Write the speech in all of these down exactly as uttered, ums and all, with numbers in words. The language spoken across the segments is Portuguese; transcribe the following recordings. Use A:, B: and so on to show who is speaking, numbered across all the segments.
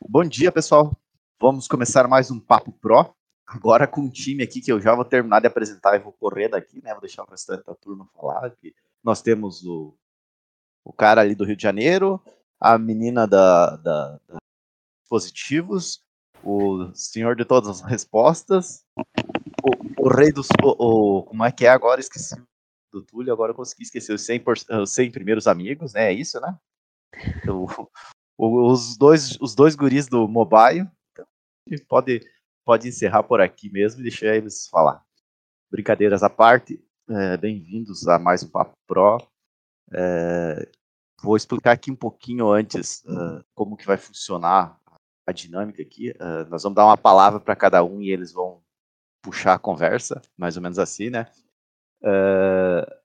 A: Bom dia, pessoal. Vamos começar mais um Papo Pro. Agora com um time aqui que eu já vou terminar de apresentar e vou correr daqui, né? Vou deixar o restante da turma falar. Aqui. Nós temos o, o cara ali do Rio de Janeiro, a menina da, da, da Positivos, o senhor de todas as respostas, o, o rei dos... O, o, como é que é agora? Esqueci do Túlio, agora eu consegui esquecer os cem, por, os cem primeiros amigos, né? É isso, né? O, os, dois, os dois guris do mobile. Então, pode, pode encerrar por aqui mesmo e deixar eles falar. Brincadeiras à parte, é, bem-vindos a mais um Papo Pro. É, vou explicar aqui um pouquinho antes uh, como que vai funcionar a dinâmica aqui. Uh, nós vamos dar uma palavra para cada um e eles vão puxar a conversa, mais ou menos assim, né? Uh,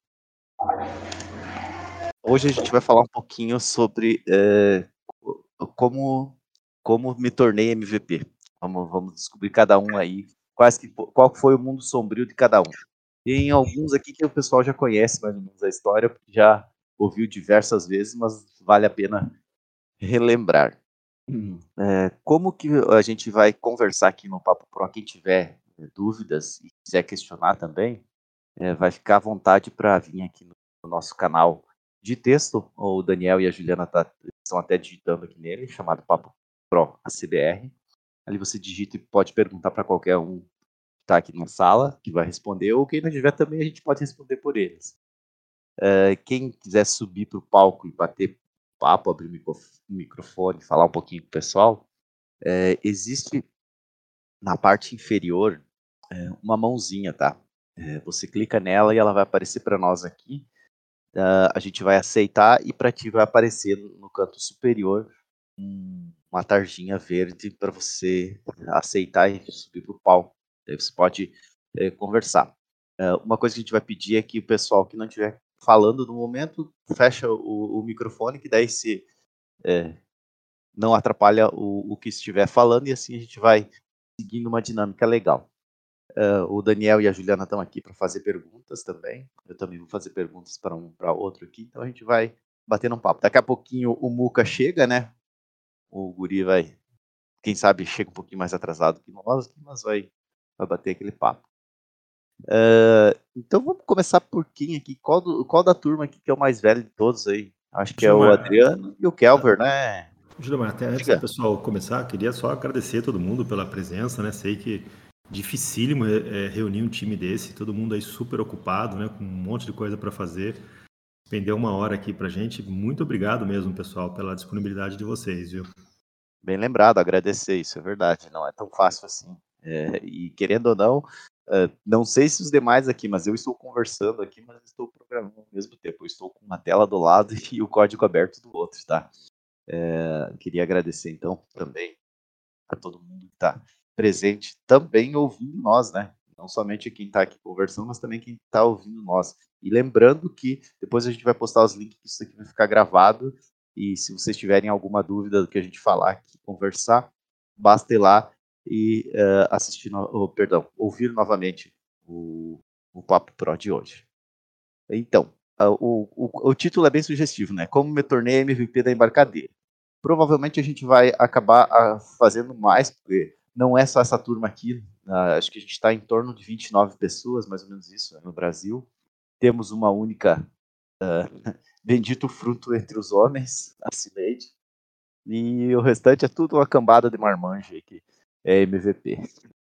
A: hoje a gente vai falar um pouquinho sobre uh, como, como me tornei M V P. Vamos, vamos descobrir cada um aí, quais que, qual foi o mundo sombrio de cada um. Tem alguns aqui que o pessoal já conhece mais ou menos a história, porque já ouviu diversas vezes, mas vale a pena relembrar. Hum. É, como que a gente vai conversar aqui no Papo Pro? Quem tiver dúvidas e quiser questionar também, é, vai ficar à vontade para vir aqui no, no nosso canal de texto. O Daniel e a Juliana tá, estão até digitando aqui nele, chamado Papo Pro A C B R. Ali você digita e pode perguntar para qualquer um que está aqui na sala, que vai responder, ou quem não tiver também a gente pode responder por eles. É, quem quiser subir para o palco e bater papo, abrir o microfone, falar um pouquinho com o pessoal, é, existe na parte inferior é, uma mãozinha, tá? É, você clica nela e ela vai aparecer para nós aqui. Uh, a gente vai aceitar e para ti vai aparecer no canto superior um, uma tarjinha verde para você aceitar e subir para o palco. Aí você pode é, conversar. Uh, uma coisa que a gente vai pedir é que o pessoal que não estiver falando no momento fecha o, o microfone, que daí se é, não atrapalha o, o que estiver falando, e assim a gente vai seguindo uma dinâmica legal. Uh, o Daniel e a Juliana estão aqui para fazer perguntas também. Eu também vou fazer perguntas para um para outro aqui. Então a gente vai batendo um papo. Daqui a pouquinho o Muca chega, né? O guri vai, quem sabe, chega um pouquinho mais atrasado que nós, mas vai, vai bater aquele papo. Uh, então vamos começar por quem aqui? Qual, do, qual da turma aqui que é o mais velho de todos aí? Acho que
B: Gilmar,
A: é o Adriano e o Kelver, né?
B: Gilmar, até antes
A: Diga.
B: do pessoal começar, queria só agradecer a todo mundo pela presença, né? Sei que dificílimo é, reunir um time desse, todo mundo aí super ocupado, né? Com um monte de coisa para fazer. Pendeu uma hora aqui pra gente. Muito obrigado mesmo, pessoal, pela disponibilidade de vocês, viu?
A: Bem lembrado, agradecer, isso é verdade, não é tão fácil assim. É, e querendo ou não, uh, não sei se os demais aqui, mas eu estou conversando aqui, mas estou programando ao mesmo tempo. Eu estou com uma tela do lado e o código aberto do outro, tá? É, queria agradecer então também a todo mundo que está presente, também ouvindo nós, né? Não somente quem está aqui conversando, mas também quem está ouvindo nós. E lembrando que depois a gente vai postar os links, que isso aqui vai ficar gravado. E se vocês tiverem alguma dúvida do que a gente falar aqui, conversar, basta ir lá e uh, assistir, no, oh, perdão, ouvir novamente o, o Papo Pro de hoje. Então, uh, o, o, o título é bem sugestivo, né? Como me tornei M V P da embarcadeira. Provavelmente a gente vai acabar uh, fazendo mais, porque não é só essa turma aqui. Uh, acho que a gente está em torno de vinte e nove pessoas, mais ou menos isso, no Brasil. Temos uma única uh, bendito fruto entre os homens, a Cineide, e o restante é tudo uma cambada de marmanjo que é M V P.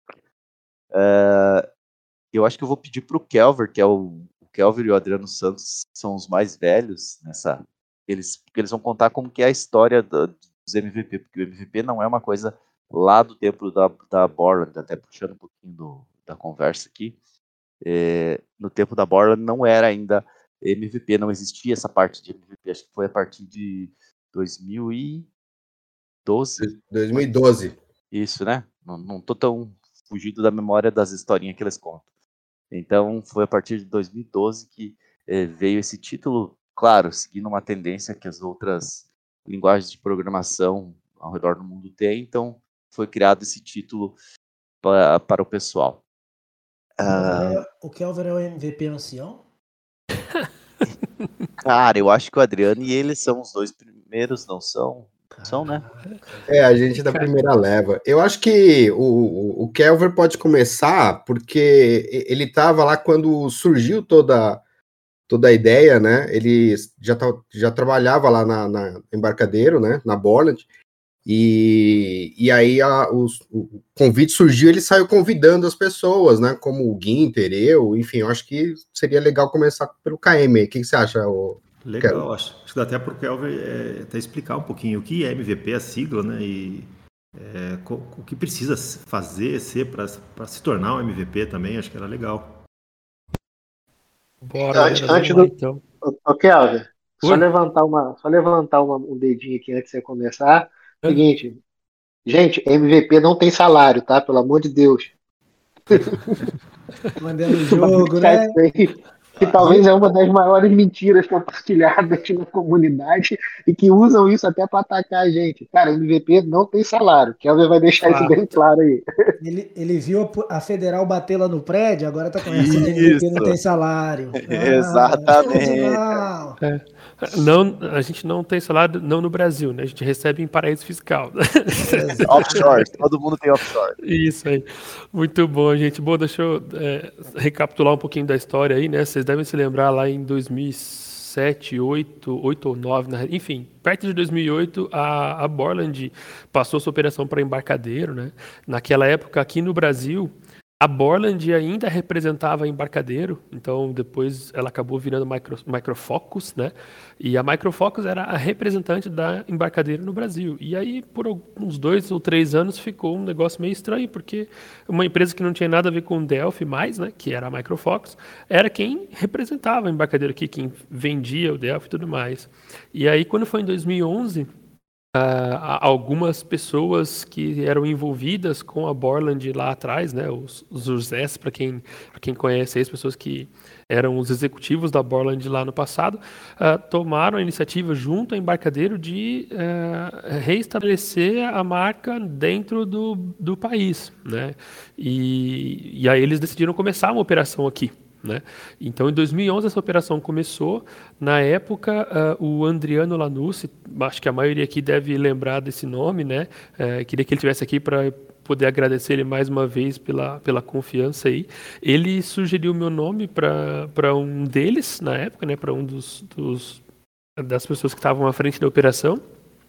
A: Uh, eu acho que eu vou pedir para o Kelver, que é o, o Kelver e o Adriano Santos, são os mais velhos nessa. Eles, porque eles vão contar como que é a história do, dos M V P, porque o M V P não é uma coisa lá do tempo da, da Borland, até puxando um pouquinho do, da conversa aqui. É, no tempo da Borland não era ainda M V P, não existia essa parte de M V P, acho que foi a partir de dois mil e doze.
C: dois mil e doze.
A: Isso, né? Não, não tô tão fugido da memória das historinhas que eles contam. Então, foi a partir de dois mil e doze que eh, veio esse título, claro, seguindo uma tendência que as outras linguagens de programação ao redor do mundo têm, então foi criado esse título para, para o pessoal.
D: Uh... O Kelvin é o M V P ancião?
A: Cara, eu acho que o Adriano e ele são os dois primeiros, não são? São, né?
C: É, a gente da primeira leva. Eu acho que o, o Kelver pode começar porque ele estava lá quando surgiu toda, toda a ideia, né? Ele já, tá, já trabalhava lá na, na Embarcadero, né? Na Borland. E, e aí a, os, o convite surgiu, ele saiu convidando as pessoas, né? Como o Ginter, eu, enfim, eu acho que seria legal começar pelo K M. O que, que você acha, o
B: Legal, acho, acho que dá até para o Kelvin é, até explicar um pouquinho o que é M V P, a sigla, né? E é, co, o que precisa fazer, ser para se tornar um M V P também, acho que era legal.
E: Bora, antes, galera, antes do. Lá, então. Ô, Kelvin, só levantar, uma, só levantar uma, um dedinho aqui antes de você começar. É. Seguinte, gente, M V P não tem salário, tá? Pelo amor de Deus.
D: Mandando o jogo, né?
E: Que talvez é uma das maiores mentiras compartilhadas na comunidade e que usam isso até para atacar a gente. Cara, M V P não tem salário. Kelvin vai deixar Fato. isso bem claro aí.
D: Ele, ele viu a Federal bater lá no prédio, agora tá com essa de M V P não tem salário. Ah,
A: Exatamente.
F: É. Não, a gente não tem salário, não no Brasil, né? A gente recebe em paraíso fiscal.
A: Offshore, todo mundo tem offshore.
F: Isso aí. Muito bom, gente. Bom, deixa eu é, recapitular um pouquinho da história aí, né? Vocês devem se lembrar lá em dois mil e sete, oito, oito ou nove, né? Enfim, perto de dois mil e oito, a, a Borland passou sua operação para Embarcadero, né? Naquela época, aqui no Brasil, a Borland ainda representava a Embarcadero, então depois ela acabou virando Micro, Microfocus, né? E a Microfocus era a representante da Embarcadero no Brasil. E aí, por uns dois ou três anos, ficou um negócio meio estranho, porque uma empresa que não tinha nada a ver com o Delphi mais, né? Que era a Microfocus, era quem representava a Embarcadero aqui, quem vendia o Delphi e tudo mais. E aí, quando foi em dois mil e onze... Uh, algumas pessoas que eram envolvidas com a Borland lá atrás, né, os, os Josés, para quem, pra quem conhece, as pessoas que eram os executivos da Borland lá no passado, uh, tomaram a iniciativa junto ao Embarcadero de uh, reestabelecer a marca dentro do, do país, né, e, e aí eles decidiram começar uma operação aqui. Né? Então, em dois mil e onze, essa operação começou. Na época, uh, o Andriano Lanucci, acho que a maioria aqui deve lembrar desse nome, né? Uh, queria que ele estivesse aqui para poder agradecer ele mais uma vez pela, pela confiança aí. Ele sugeriu o meu nome para um deles, na época, né? Para um dos, dos, das pessoas que estavam à frente da operação.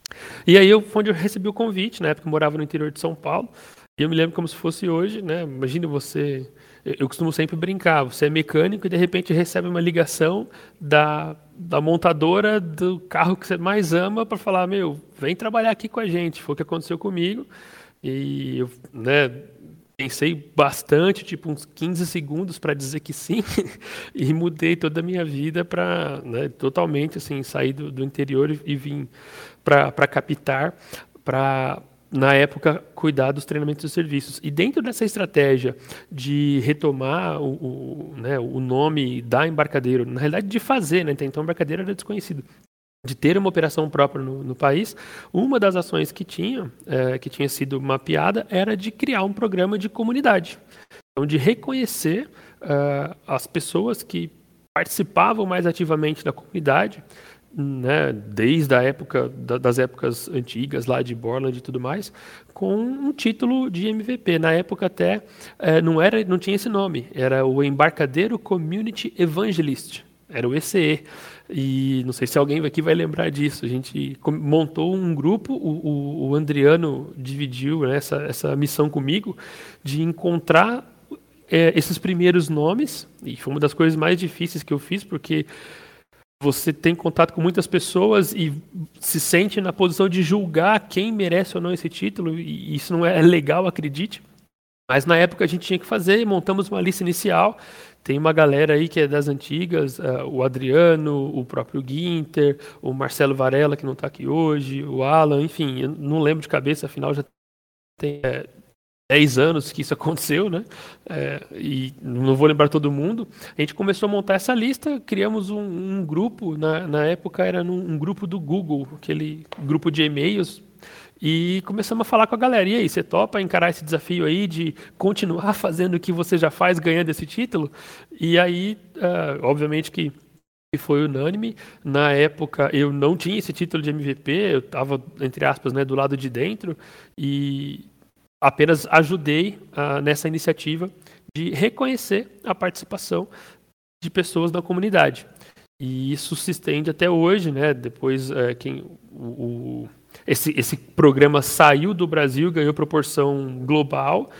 F: E aí, eu, foi onde eu recebi o convite, na época eu morava no interior de São Paulo. E eu me lembro como se fosse hoje, né? Imagina você... Eu costumo sempre brincar, você é mecânico e de repente recebe uma ligação da, da montadora do carro que você mais ama para falar, meu, vem trabalhar aqui com a gente. Foi o que aconteceu comigo. E eu, né, pensei bastante, tipo uns quinze segundos para dizer que sim, e mudei toda a minha vida para, né, totalmente assim, sair do, do interior e, e vim para a capital para... na época, cuidar dos treinamentos e serviços. E dentro dessa estratégia de retomar o, o, né, o nome da Embarcadero, na realidade de fazer, né, então a Embarcadero era desconhecido, de ter uma operação própria no, no país, uma das ações que tinha, é, que tinha sido mapeada, era de criar um programa de comunidade. Então, de reconhecer uh, as pessoas que participavam mais ativamente da comunidade, né, desde a época da, das épocas antigas lá de Borland e tudo mais, com um título de M V P. Na época até é, não era, não tinha esse nome, era o Embarcadero Community Evangelist, era o E C E. E não sei se alguém aqui vai lembrar disso. A gente montou um grupo, o, o, o Andriano dividiu, né, essa, essa missão comigo de encontrar é, esses primeiros nomes, e foi uma das coisas mais difíceis que eu fiz, porque você tem contato com muitas pessoas e se sente na posição de julgar quem merece ou não esse título, e isso não é legal, acredite. Mas na época a gente tinha que fazer, montamos uma lista inicial. Tem uma galera aí que é das antigas, uh, o Adriano, o próprio Ginter, o Marcelo Varela, que não está aqui hoje, o Alan, enfim, eu não lembro de cabeça, afinal já tem é, dez anos que isso aconteceu, né? É, e não vou lembrar todo mundo. A gente começou a montar essa lista, criamos um, um grupo, na, na época era num, um grupo do Google, aquele grupo de e-mails, e começamos a falar com a galera. E aí, você topa encarar esse desafio aí de continuar fazendo o que você já faz, ganhando esse título? E aí, uh, obviamente que e foi unânime. Na época, eu não tinha esse título de M V P, eu estava, entre aspas, né, do lado de dentro, e apenas ajudei uh, nessa iniciativa de reconhecer a participação de pessoas da comunidade. E isso se estende até hoje, né? Depois, uh, quem, o, o, esse, esse programa saiu do Brasil, ganhou proporção global,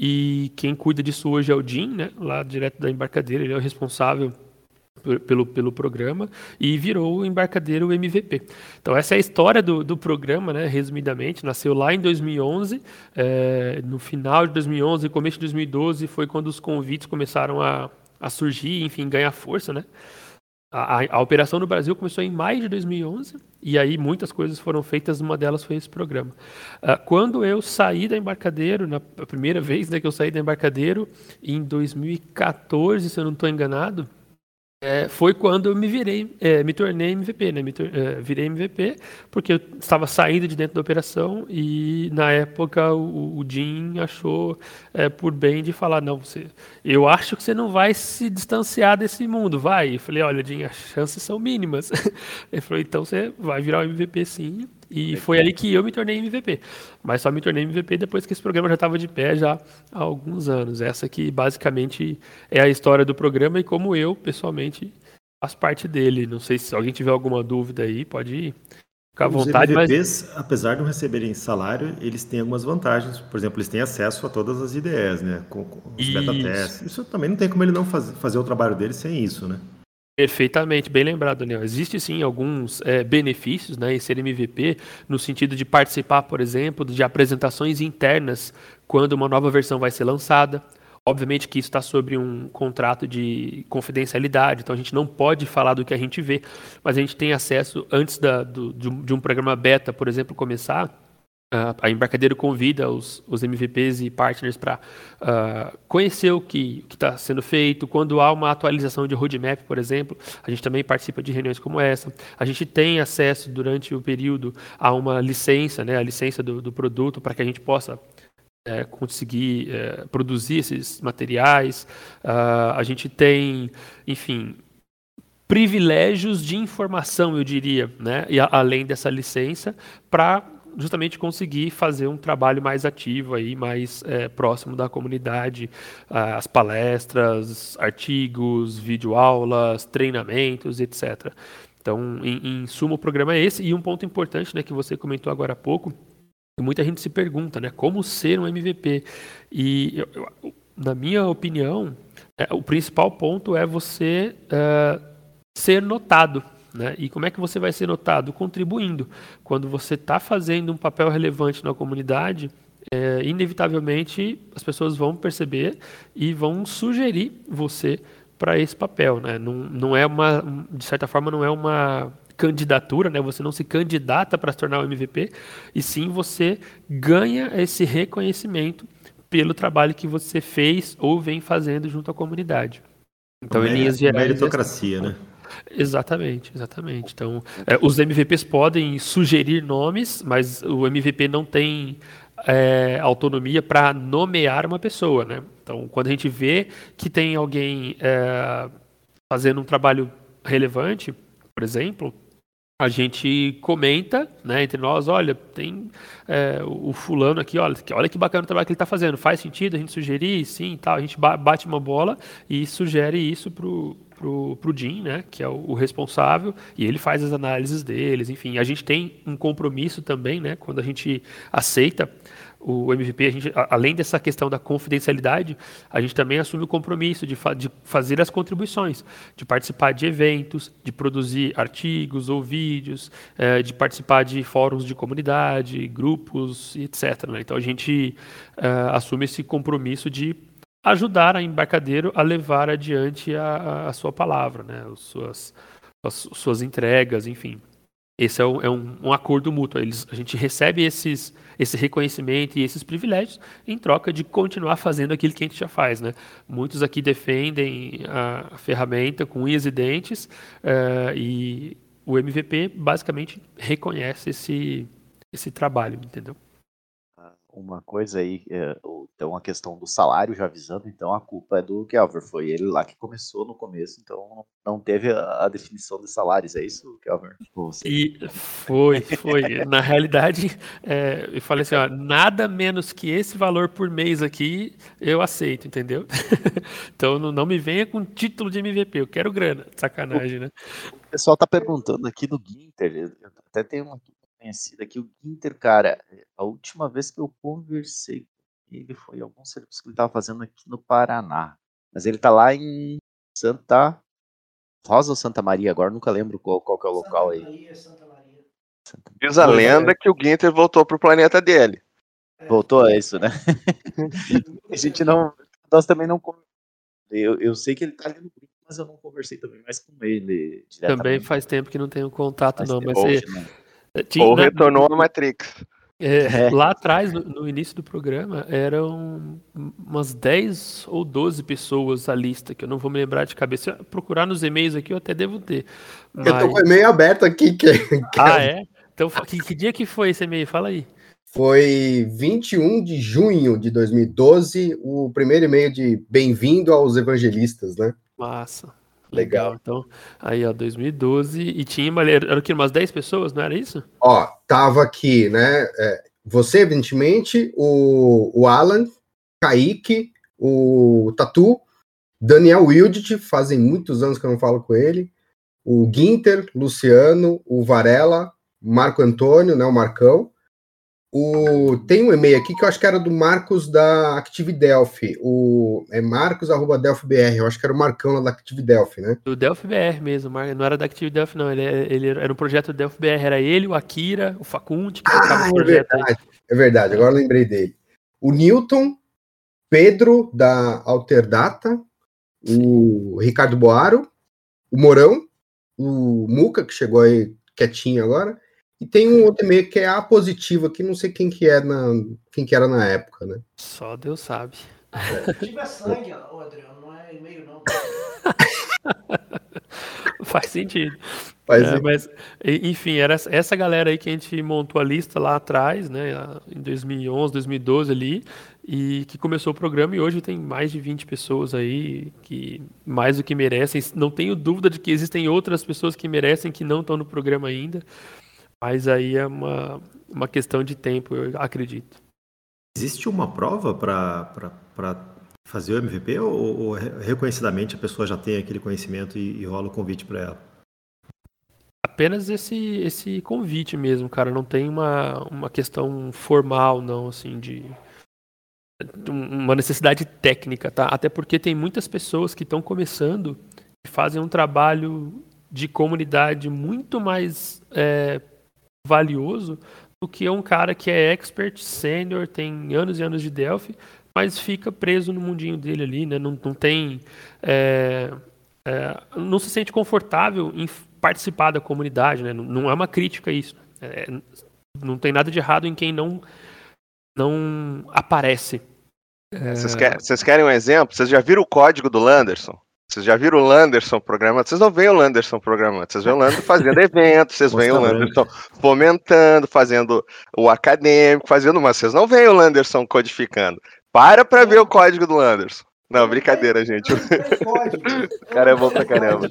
F: e quem cuida disso hoje é o Jim, né? Lá direto da embarcadeira, ele é o responsável Pelo, pelo programa, e virou o embarcadeiro M V P. Então essa é a história do, do programa, né, resumidamente. Nasceu lá em dois mil e onze, é, no final de dois mil e onze, começo de dois mil e doze, foi quando os convites começaram a, a surgir, enfim, ganhar força, né. A, a, a operação no Brasil começou em maio de dois mil e onze, e aí muitas coisas foram feitas, uma delas foi esse programa. Uh, quando eu saí da Embarcadeiro, na a primeira vez, né, que eu saí da Embarcadeiro, em dois mil e quatorze, se eu não estou enganado, É, foi quando eu me virei, é, me tornei M V P, né? Me tor- é, virei M V P porque eu estava saindo de dentro da operação, e na época o, o Jim achou é, por bem de falar, não, você, eu acho que você não vai se distanciar desse mundo, vai. Eu falei, olha, Jim, as chances são mínimas. Ele falou, então você vai virar o M V P sim. E foi ali que eu me tornei M V P. Mas só me tornei M V P depois que esse programa já estava de pé já há alguns anos. Essa que basicamente é a história do programa e como eu, pessoalmente, faço parte dele. Não sei se alguém tiver alguma dúvida aí, pode ficar à
B: Os
F: vontade.
B: M V Ps,
F: mas...
B: apesar de não receberem salário, eles têm algumas vantagens. Por exemplo, eles têm acesso a todas as ideias, né? Com, com os beta testes. Isso também não tem como ele não faz, fazer o trabalho dele sem isso, né?
F: Perfeitamente, bem lembrado, Daniel. Existe sim alguns é, benefícios, né, em ser M V P, no sentido de participar, por exemplo, de apresentações internas quando uma nova versão vai ser lançada. Obviamente que isso está sobre um contrato de confidencialidade, então a gente não pode falar do que a gente vê, mas a gente tem acesso, antes da, do, de, um, de um programa beta, por exemplo, começar. Uh, a Embarcadeiro convida os, os M V Ps e partners para uh, conhecer o que está sendo feito. Quando há uma atualização de roadmap, por exemplo, a gente também participa de reuniões como essa. A gente tem acesso durante o período a uma licença, né, a licença do, do produto, para que a gente possa é, conseguir é, produzir esses materiais. Uh, a gente tem, enfim, privilégios de informação, eu diria, né, e a, além dessa licença, para justamente conseguir fazer um trabalho mais ativo aí, mais é, próximo da comunidade, as palestras, artigos, videoaulas, treinamentos, etcétera. Então, em, em suma, o programa é esse. E um ponto importante, né, que você comentou agora há pouco, muita gente se pergunta, né, como ser um M V P? E, eu, eu, na minha opinião, é, o principal ponto é você é, ser notado. Né? E como é que você vai ser notado? Contribuindo. Quando você está fazendo um papel relevante na comunidade, é, inevitavelmente as pessoas vão perceber e vão sugerir você para esse papel. Né? Não, não é uma, de certa forma, não é uma candidatura, né? Você não se candidata para se tornar um M V P, e sim você ganha esse reconhecimento pelo trabalho que você fez ou vem fazendo junto à comunidade. Então, em linhas gerais,
B: meritocracia, né?
F: Exatamente, exatamente. Então, é, os M V Ps podem sugerir nomes, mas o M V P não tem é, autonomia para nomear uma pessoa, né? Então, quando a gente vê que tem alguém é, fazendo um trabalho relevante, por exemplo, a gente comenta, né, entre nós, olha, tem é, o fulano aqui, olha, olha que bacana o trabalho que ele está fazendo, faz sentido a gente sugerir, sim, tal, a gente bate uma bola e sugere isso pro pro, pro Jim, né, que é o, o responsável, e ele faz as análises deles, enfim, a gente tem um compromisso também, né, quando a gente aceita o M V P, a gente, além dessa questão da confidencialidade, a gente também assume o compromisso de, fa de fazer as contribuições, de participar de eventos, de produzir artigos ou vídeos, é, de participar de fóruns de comunidade, grupos, etcétera. Né? Então a gente é, assume esse compromisso de ajudar a Embarcadeiro a levar adiante a, a sua palavra, né? as, suas, as suas entregas, enfim. Esse é um, é um, um acordo mútuo. Eles, a gente recebe esses, esse reconhecimento e esses privilégios em troca de continuar fazendo aquilo que a gente já faz. Né? Muitos aqui defendem a ferramenta com unhas e dentes uh, e o M V P basicamente reconhece esse, esse trabalho, entendeu?
A: uma coisa aí, é, então a questão do salário, já avisando, então a culpa é do Kelvin, foi ele lá que começou no começo, então não teve a, a definição de salários, é isso, Kelvin?
F: E foi, foi. Na realidade, é, eu falei assim, ó, nada menos que esse valor por mês aqui, eu aceito, entendeu? Então não, não me venha com título de M V P, eu quero grana, sacanagem, né?
A: O pessoal tá perguntando aqui do Ginter, eu até tenho uma conhecida aqui, o Ginter, cara, a última vez que eu conversei com ele foi algum serviço que ele tava fazendo aqui no Paraná, mas ele tá lá em Santa Rosa ou Santa Maria, agora nunca lembro qual, qual que é o
D: Santa
A: local aí.
D: Maria, Santa Maria.
G: Diz a
F: Pois é.
G: lenda que o Ginter voltou pro planeta dele.
A: Voltou a isso, né? A gente não, nós também não, eu, eu sei que ele tá ali no grupo, mas eu não conversei também mais com ele diretamente.
F: Também faz tempo que não tenho contato,
A: Faz
F: não,
A: tempo
F: mas
G: Ou-
F: é,
A: que não.
F: é, tinha-
G: Ou
F: na-
G: retornou a Matrix.
F: é,
A: É.
F: lá atrás, no, no início do programa, eram umas dez ou doze pessoas a lista, que eu não vou me lembrar de cabeça. Se eu procurar nos e-mails aqui, eu até devo ter.
C: Eu tô
F: Mas-
C: com o e-mail aberto aqui, que, que
F: Ah, é? Então, fa- que, que dia que foi esse e-mail? Fala aí.
C: foi vinte e um de junho de dois mil e doze, o primeiro e-mail de bem-vindo aos evangelistas, né?
F: Massa.
C: Legal.
F: Legal. Então, aí, ó, dois mil e doze, e tinha uma, era o que, umas dez pessoas, não era isso?
C: Ó, tava aqui, né? é, você, evidentemente, o, o Alan, Kaique, o Tatu, Daniel Wildit, fazem muitos anos que eu não falo com ele, o Ginter, Luciano, o Varela, Marco Antônio, né, o Marcão. O, tem um e-mail aqui que eu acho que era do Marcos da Active Delphi, o, é marcos arroba delphi b r, eu acho que era o Marcão lá da Active Delphi, né?
F: Do Delphi B R mesmo, Mar- não era da Active Delphi, não. Ele, ele era um projeto do Delphi B R, era ele, o Akira, o Facunti, que tocava
C: Ah,
F: no
C: é
F: projeto aí.
C: verdade, é verdade, agora eu lembrei dele. O Newton, Pedro, da Alterdata, o Ricardo Boaro, o Morão, o Muca, que chegou aí quietinho agora, e tem um outro e-mail que é A positivo aqui, não sei quem que, é na, quem que era na época, né?
F: Só Deus sabe.
D: Tive é sangue, ô Adriano, não é e-mail, não.
F: Faz sentido.
C: Faz
F: É,
C: sentido.
F: mas, e- enfim, era essa- essa galera aí que a gente montou a lista lá atrás, né, em dois mil e onze, dois mil e doze ali, e que começou o programa, e hoje tem mais de vinte pessoas aí que mais do que merecem. Não tenho dúvida de que existem outras pessoas que merecem que não estão no programa ainda, mas aí é uma, uma questão de tempo, eu acredito.
B: Existe uma prova para fazer o M V P ou, ou re- reconhecidamente a pessoa já tem aquele conhecimento e, e rola o convite para ela?
F: Apenas esse, esse convite mesmo, cara. Não tem uma, uma questão formal, não, assim, de um- uma necessidade técnica, tá? Até porque tem muitas pessoas que estão começando e fazem um trabalho de comunidade muito mais é, valioso do que um cara que é expert, sênior, tem anos e anos de Delphi, mas fica preso no mundinho dele ali, né? Não, não tem... é, é, não se sente confortável em participar da comunidade, né? Não, não é uma crítica isso. É, não tem nada de errado em quem não, não aparece.
G: Vocês querem, vocês querem um exemplo? Vocês já viram o código do Landerson? Vocês já viram o Landerson programando? Vocês não veem o Landerson programando, vocês veem o Landerson fazendo eventos, vocês veem o Landerson fomentando, fazendo o acadêmico, fazendo, mas vocês não veem o Landerson codificando. Para pra ver o código do Landerson. Não, brincadeira, gente. O cara é bom pra caramba.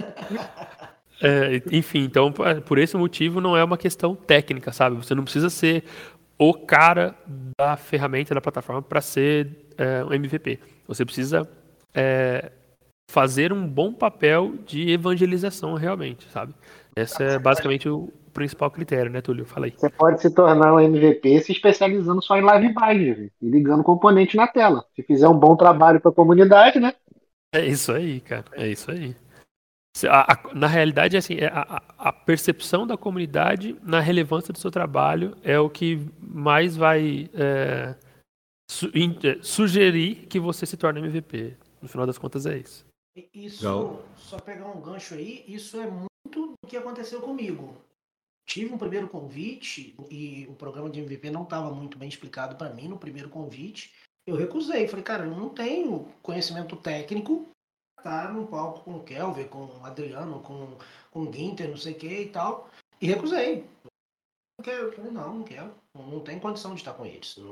F: É, enfim, então, por esse motivo, não é uma questão técnica, sabe? Você não precisa ser o cara da ferramenta, da plataforma, para ser é, um M V P. Você precisa é, fazer um bom papel de evangelização, realmente, sabe? Esse é basicamente o principal critério, né, Túlio? Fala aí.
E: Você pode se tornar um M V P se especializando só em live bind e ligando componente na tela. Se fizer um bom trabalho para a comunidade, né?
F: É isso aí, cara. É isso aí. A, a, na realidade, assim, a, a percepção da comunidade na relevância do seu trabalho é o que mais vai é, su, in, sugerir que você se torne M V P. No final das contas, é isso.
D: Isso,
B: Legal.
D: só pegar um gancho aí, isso é muito do que aconteceu comigo. Tive um primeiro convite e o programa de M V P não estava muito bem explicado para mim no primeiro convite. Eu recusei, falei, cara, eu não tenho conhecimento técnico para estar num palco com o Kelvin, com o Adriano, com, com o Ginter, não sei o que e tal, e recusei. Não quero, falei, não, não quero, não, não tem condição de estar com eles. Não,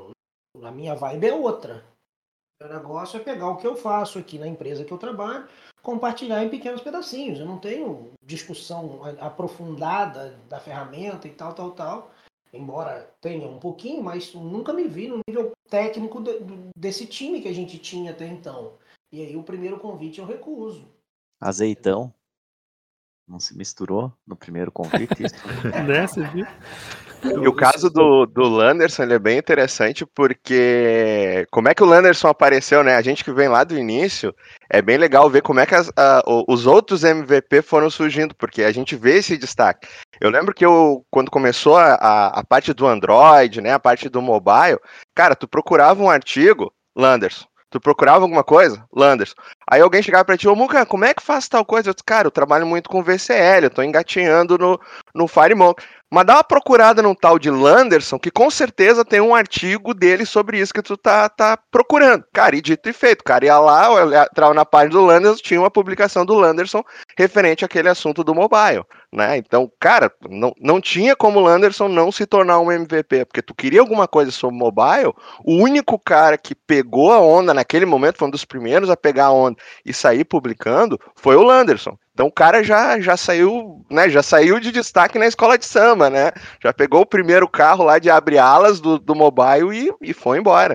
D: A minha vibe é outra. O negócio é pegar o que eu faço aqui na empresa que eu trabalho, compartilhar em pequenos pedacinhos. Eu não tenho discussão aprofundada da ferramenta e tal, tal, tal. Embora tenha um pouquinho, mas nunca me vi no nível técnico de, desse time que a gente tinha até então. E aí o primeiro convite eu recuso.
A: Azeitão. Não se misturou no primeiro convite? Isso?
F: Né, você viu?
G: E o caso do, do Landerson, ele é bem interessante porque como é que o Landerson apareceu, né? A gente que vem lá do início, é bem legal ver como é que as, a, os outros M V P foram surgindo, porque a gente vê esse destaque. Eu lembro que eu, quando começou a, a, a parte do Android, né, a parte do mobile, cara, tu procurava um artigo, Landerson. Tu procurava alguma coisa? Landerson. Aí alguém chegava pra ti, ô Muca, como é que faz tal coisa? Eu disse, cara, eu trabalho muito com V C L, eu tô engatinhando no, no FireMonk. Mas dá uma procurada num tal de Landerson, que com certeza tem um artigo dele sobre isso que tu tá, tá procurando. Cara, e dito e feito, o cara ia lá, entrava na página do Landerson, tinha uma publicação do Landerson referente àquele assunto do mobile, né? Então, cara, não, não tinha como o Landerson não se tornar um M V P, porque tu queria alguma coisa sobre mobile, o único cara que pegou a onda naquele momento, foi um dos primeiros a pegar a onda e sair publicando, foi o Landerson. Então o cara já, já saiu, né, já saiu de destaque na escola de samba, né? Já pegou o primeiro carro lá de abre alas do, do mobile e, e foi embora.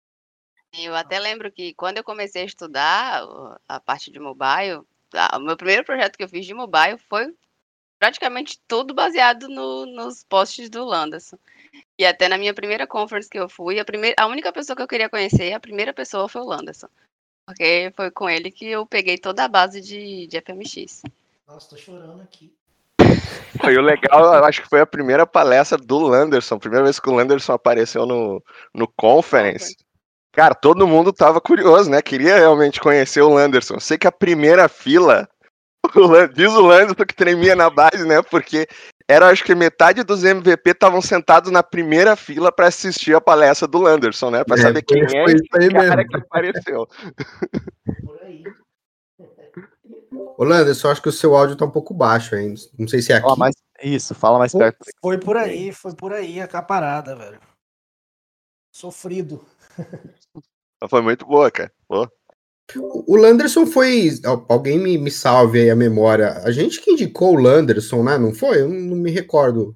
H: Eu até lembro que quando eu comecei a estudar a parte de mobile, o meu primeiro projeto que eu fiz de mobile foi praticamente tudo baseado no, nos posts do Landerson. E até na minha primeira conference que eu fui, a, primeira, a única pessoa que eu queria conhecer, a primeira pessoa foi o Landerson. Porque foi com ele que eu peguei toda a base de, de F M X.
D: Nossa, tô chorando aqui.
G: Foi o legal, eu acho que foi a primeira palestra do Landerson, primeira vez que o Landerson apareceu no, no conference. Cara, todo mundo tava curioso, né? Queria realmente conhecer o Landerson. Eu sei que a primeira fila, o, diz o Landerson que tremia na base, né? Porque era, acho que metade dos M V P estavam sentados na primeira fila para assistir a palestra do Landerson, né? Para
C: É,
G: saber quem
C: foi-
G: é
C: foi
G: esse
C: isso aí
G: cara
C: mesmo.
G: que apareceu.
D: Por aí.
C: Ô, Landerson, eu acho que o seu áudio tá um pouco baixo ainda. Não sei se é aqui.
A: Fala mais, isso, fala mais
D: Foi,
A: perto.
D: foi por aí, foi por aí a caparada, velho. Sofrido.
G: Foi muito boa, cara. Pô.
C: O Landerson foi. Alguém me, me salve aí a memória. A gente que indicou o Landerson, né? Não foi? Eu não me recordo.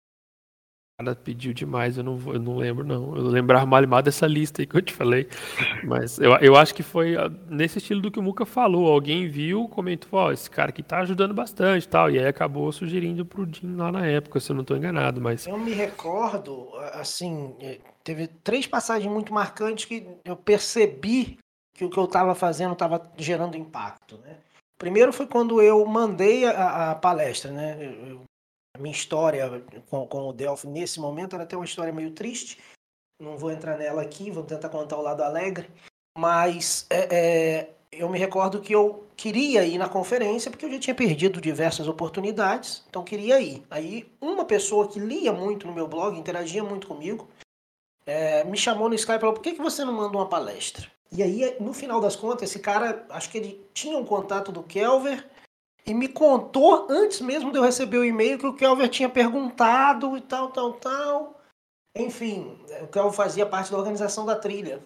F: O cara pediu demais, eu não, vou, eu não lembro, não. Eu lembrava mal mal dessa lista aí que eu te falei. Mas eu, eu acho que foi nesse estilo do que o Muca falou. Alguém viu, comentou, ó, esse cara aqui tá ajudando bastante e tal. E aí acabou sugerindo pro Jim lá na época, se eu não tô enganado. Mas
D: Eu me recordo, assim, teve três passagens muito marcantes que eu percebi que o que eu estava fazendo estava gerando impacto, né? Primeiro foi quando eu mandei a, a palestra, né? Eu, a minha história com, com o Delphi nesse momento era até uma história meio triste. Não vou entrar nela aqui, vou tentar contar o lado alegre. Mas é, é, eu me recordo que eu queria ir na conferência porque eu já tinha perdido diversas oportunidades, então queria ir. Aí uma pessoa que lia muito no meu blog, interagia muito comigo, é, me chamou no Skype e falou, por que, que você não manda uma palestra? E aí, no final das contas, esse cara, acho que ele tinha um contato do Kelver e me contou, antes mesmo de eu receber o e-mail, que o Kelver tinha perguntado e tal, tal, tal. Enfim, o Kelver fazia parte da organização da trilha.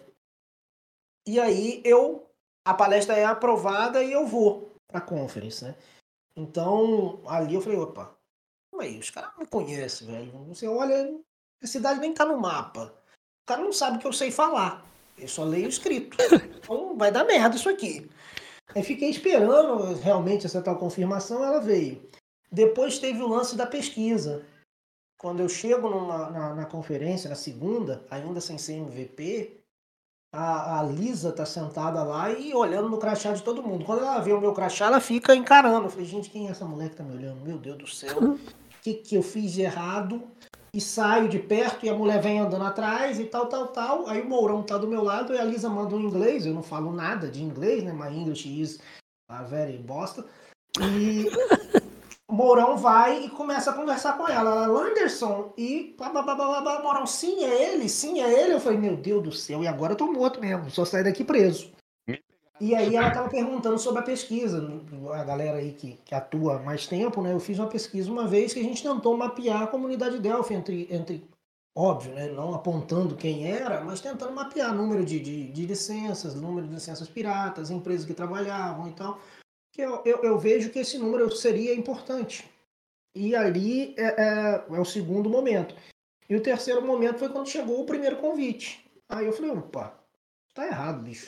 D: E aí, eu, a palestra é aprovada e eu vou para a conference, né? Então, ali eu falei, opa, aí, os caras não me conhecem, velho. Você olha, a cidade nem tá no mapa. O cara não sabe que eu sei falar. Eu só leio escrito. Então vai dar merda isso aqui. Aí fiquei esperando realmente essa tal confirmação, ela veio. Depois teve o lance da pesquisa. Quando eu chego numa, na, na conferência, na segunda, ainda sem ser M V P, a, a Lisa tá sentada lá e olhando no crachá de todo mundo. Quando ela vê o meu crachá, ela fica encarando. Eu falei, gente, quem é essa mulher que tá me olhando? Meu Deus do céu. O que, que eu fiz de errado? E saio de perto e a mulher vem andando atrás e tal, tal, tal. Aí o Mourão tá do meu lado e a Lisa manda um inglês. Eu não falo nada de inglês, né? My English is a very bosta. E o Mourão vai e começa a conversar com ela. Ela, Landerson, e blá, blá, blá, blá, blá. Mourão, sim, é ele, sim, é ele. Eu falei, meu Deus do céu, e agora eu tô morto mesmo. Só sair daqui preso. E aí ela estava perguntando sobre a pesquisa, a galera aí que, que atua há mais tempo, né? Eu fiz uma pesquisa uma vez que a gente tentou mapear a comunidade Delphi entre, entre óbvio, né, não apontando quem era, mas tentando mapear número de, de, de licenças, número de licenças piratas, empresas que trabalhavam e tal, que eu, eu, eu vejo que esse número seria importante. E ali é, é, é o segundo momento. E o terceiro momento foi quando chegou o primeiro convite. Aí eu falei, opa, tá errado, bicho.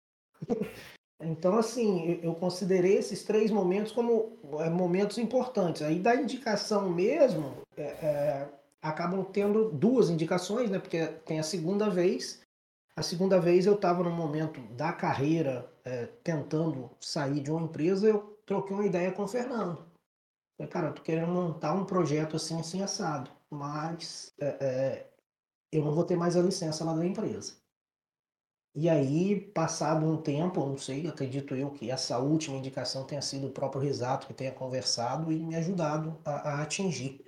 D: Então, assim, eu considerei esses três momentos como é, momentos importantes. Aí da indicação mesmo, é, é, acabam tendo duas indicações, né? Porque tem a segunda vez. A segunda vez eu estava no momento da carreira, é, tentando sair de uma empresa, eu troquei uma ideia com o Fernando. Falei, cara, eu tô querendo montar um projeto assim, assim, assado, mas é, é, eu não vou ter mais a licença lá da empresa. E aí, passado um tempo, não sei, acredito eu que essa última indicação tenha sido o próprio Risato que tenha conversado e me ajudado a, a atingir.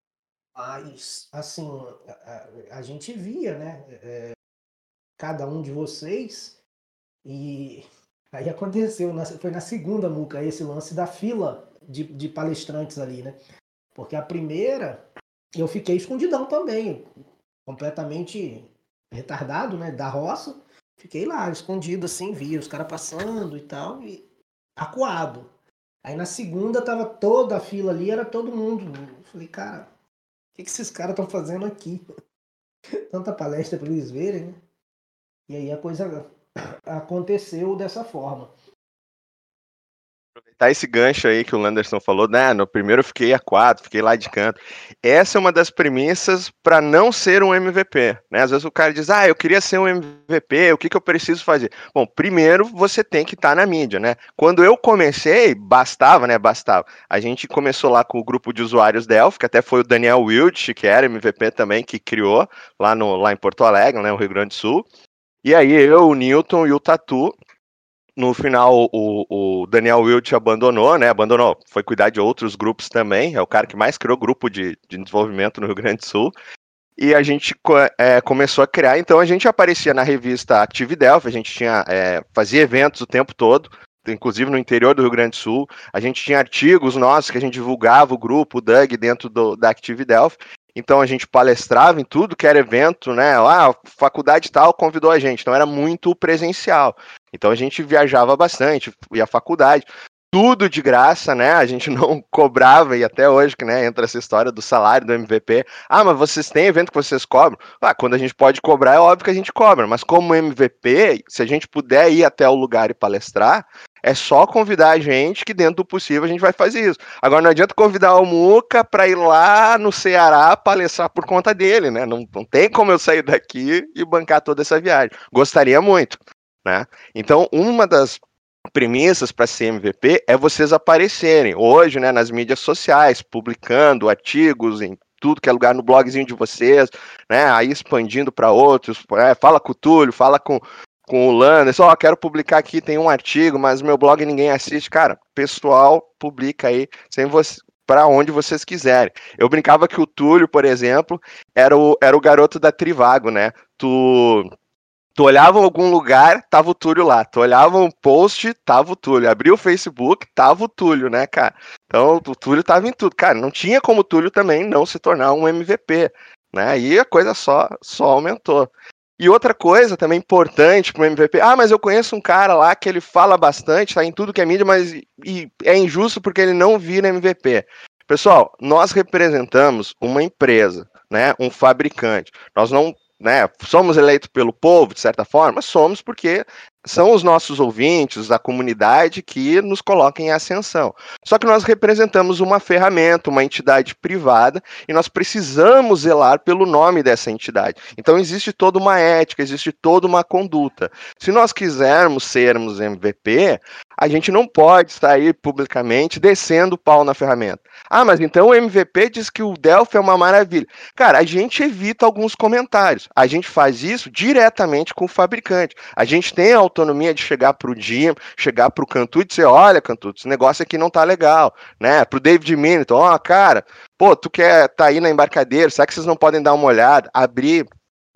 D: Mas, assim, a, a, a gente via, né, é, cada um de vocês, e aí aconteceu, foi na segunda muca esse lance da fila de, de palestrantes ali, né? Porque a primeira, eu fiquei escondidão também, completamente retardado, né, da roça. Fiquei lá, escondido assim, via os caras passando e tal, e acuado. Aí na segunda tava toda a fila ali, era todo mundo. Eu falei, cara, o que, que esses caras estão fazendo aqui? Tanta palestra para eles verem, né? E aí a coisa aconteceu dessa forma.
G: Aproveitar esse gancho aí que o Landerson falou, né? No primeiro eu fiquei a quatro, fiquei lá de canto. Essa é uma das premissas para não ser um M V P, né? Às vezes o cara diz, ah, eu queria ser um M V P, o que, que eu preciso fazer? Bom, primeiro você tem que estar tá na mídia, né? Quando eu comecei, bastava, né? Bastava. A gente começou lá com o grupo de usuários Delphi, que até foi o Daniel Wild, que era M V P também, que criou lá, no, lá em Porto Alegre, né? No Rio Grande do Sul. E aí eu, o Newton e o Tatu. No final, o, o Daniel Wild abandonou, né? Abandonou, foi cuidar de outros grupos também. É o cara que mais criou grupo de, de desenvolvimento no Rio Grande do Sul. E a gente é, começou a criar, então a gente aparecia na revista Active Delphi, a gente tinha, é, fazia eventos o tempo todo, inclusive no interior do Rio Grande do Sul. A gente tinha artigos nossos que a gente divulgava o grupo, o Doug, dentro do, da Active Delphi. Então a gente palestrava em tudo que era evento, né? Ah, faculdade tal convidou a gente, então era muito presencial. Então a gente viajava bastante, ia à faculdade, tudo de graça, né? A gente não cobrava, e até hoje que, né, entra essa história do salário do M V P. Ah, mas vocês têm evento que vocês cobram? Ah, quando a gente pode cobrar, é óbvio que a gente cobra, mas como M V P, se a gente puder ir até o lugar e palestrar, é só convidar a gente que dentro do possível a gente vai fazer isso. Agora não adianta convidar o Muca para ir lá no Ceará palestrar por conta dele, né? Não, não tem como eu sair daqui e bancar toda essa viagem. Gostaria muito, né? Então, uma das premissas para ser M V P é vocês aparecerem hoje, né, nas mídias sociais, publicando artigos em tudo que é lugar, no blogzinho de vocês, né? Aí expandindo para outros. É, fala com o Túlio, fala com com o Landerson, ó, oh, quero publicar aqui, tem um artigo, mas meu blog ninguém assiste. Cara, pessoal, publica aí, sem você, para onde vocês quiserem. Eu brincava que o Túlio, por exemplo, era o, era o garoto da Trivago, né? Tu, tu olhava em algum lugar, tava o Túlio lá. Tu olhava um post, tava o Túlio. Abria o Facebook, tava o Túlio, né, cara? Então, o Túlio tava em tudo. Cara, não tinha como o Túlio também não se tornar um M V P, né? E a coisa só, só aumentou. E outra coisa também importante para o M V P, ah, mas eu conheço um cara lá que ele fala bastante, tá em tudo que é mídia, mas e é injusto porque ele não vira M V P. Pessoal, nós representamos uma empresa, né, um fabricante. Nós não, né, somos eleitos pelo povo, de certa forma, somos porque são os nossos ouvintes, a comunidade que nos coloca em ascensão. Só que nós representamos uma ferramenta, uma entidade privada, e nós precisamos zelar pelo nome dessa entidade. Então existe toda uma ética, existe toda uma conduta. Se nós quisermos sermos M V P, a gente não pode sair publicamente descendo o pau na ferramenta. Ah, mas então o M V P diz que o Delphi é uma maravilha. Cara, a gente evita alguns comentários. A gente faz isso diretamente com o fabricante. A gente tem a autonomia de chegar para o Jim, chegar para o Cantu e dizer, olha, Cantu, esse negócio aqui não tá legal, né? Para o David Minton, ó, oh, cara, pô, tu quer tá aí na embarcadeira, será que vocês não podem dar uma olhada, abrir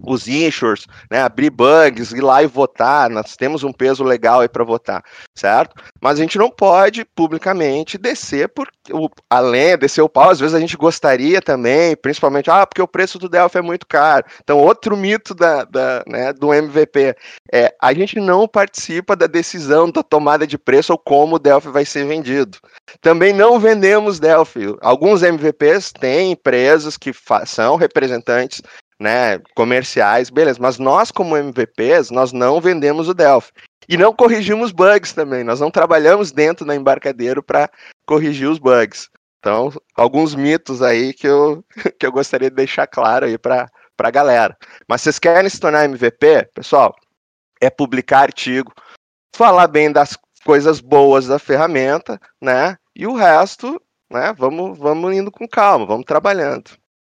G: os issues, né, abrir bugs, ir lá e votar, nós temos um peso legal aí para votar, certo? Mas a gente não pode publicamente descer por o, além, descer o pau, às vezes a gente gostaria também, principalmente, ah, porque o preço do Delphi é muito caro. Então, outro mito da, da, né, do M V P é, a gente não participa da decisão da tomada de preço ou como o Delphi vai ser vendido. Também não vendemos Delphi. Alguns M V Ps têm empresas que são representantes, né, comerciais, beleza, mas nós como M V Ps, nós não vendemos o Delphi. E não corrigimos bugs também, nós não trabalhamos dentro da Embarcadero para corrigir os bugs. Então, alguns mitos aí que eu, que eu gostaria de deixar claro aí para a galera. Mas vocês querem se tornar M V P, pessoal, é publicar artigo, falar bem das coisas boas da ferramenta, né, e o resto, né, vamos, vamos indo com calma, vamos trabalhando.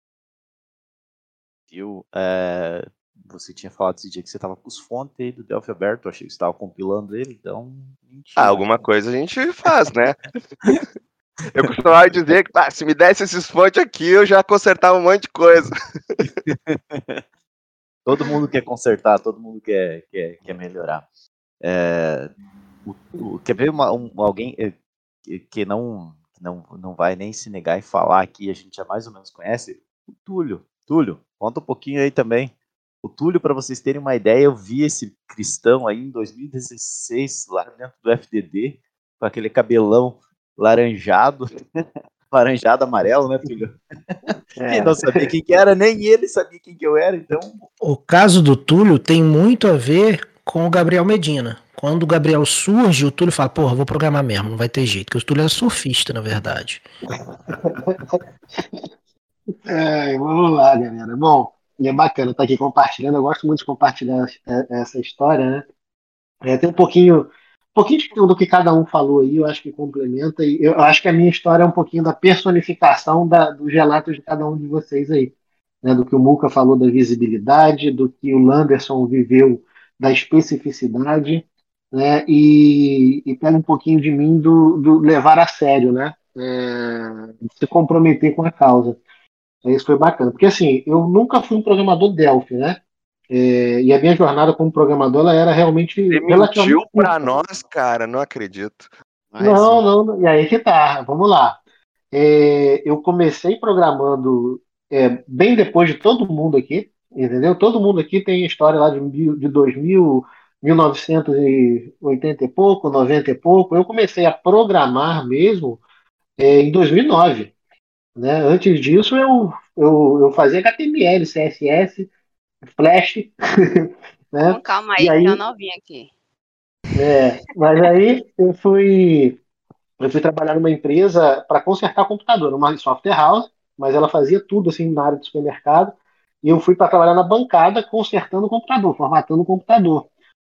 A: Viu? É, você tinha falado esse dia que você estava com os fontes aí do Delphi aberto, eu achei que você estava compilando ele, então... Mentira.
G: Ah, alguma coisa a gente faz, né? Eu costumava dizer que ah, se me desse esses fontes aqui, eu já consertava um monte de coisa.
A: Todo mundo quer consertar, todo mundo quer, quer, quer melhorar. É, o, o, quer ver uma, um, alguém que, que não, não, não vai nem se negar em falar aqui, a gente já mais ou menos conhece? O Túlio. Túlio, conta um pouquinho aí também. O Túlio, para vocês terem uma ideia, eu vi esse cristão aí em dois mil e dezesseis, lá dentro do F D D, com aquele cabelão laranjado, laranjado amarelo, né, Túlio? É. Quem não sabia quem que era, nem ele sabia quem que eu era, então...
D: O caso do Túlio tem muito a ver com o Gabriel Medina. Quando o Gabriel surge, o Túlio fala, porra, vou programar mesmo, não vai ter jeito, porque o Túlio é surfista, na verdade. É, vamos lá, galera. Bom, e é bacana estar aqui compartilhando. Eu gosto muito de compartilhar essa história, né? É, tem um pouquinho, um pouquinho de tudo que cada um falou aí, eu acho que complementa. E eu acho que a minha história é um pouquinho da personificação da, dos relatos de cada um de vocês aí. Né? Do que o Muca falou da visibilidade, do que o Landerson viveu da especificidade, né? E, e pega um pouquinho de mim do, do levar a sério, né? É, de se comprometer com a causa. Isso foi bacana, porque assim, eu nunca fui um programador Delphi, né? É, e a minha jornada como programador ela era realmente
G: Você mentiu para nós, cara, não acredito.
D: Mas, não, não, não, e aí que tá, vamos lá. É, eu comecei programando é, bem depois de todo mundo aqui, entendeu? Todo mundo aqui tem história lá de, de dois mil, mil novecentos e oitenta e pouco, noventa e pouco. Eu comecei a programar mesmo é, em dois mil e nove. Né? Antes disso, eu, eu, eu fazia H T M L, C S S, Flash. Né?
H: Então, calma aí,
D: aí
H: que eu não vim aqui.
D: É, mas aí eu fui, eu fui trabalhar numa empresa para consertar computador, uma software house, mas ela fazia tudo assim na área do supermercado. E eu fui para trabalhar na bancada consertando o computador, formatando o computador.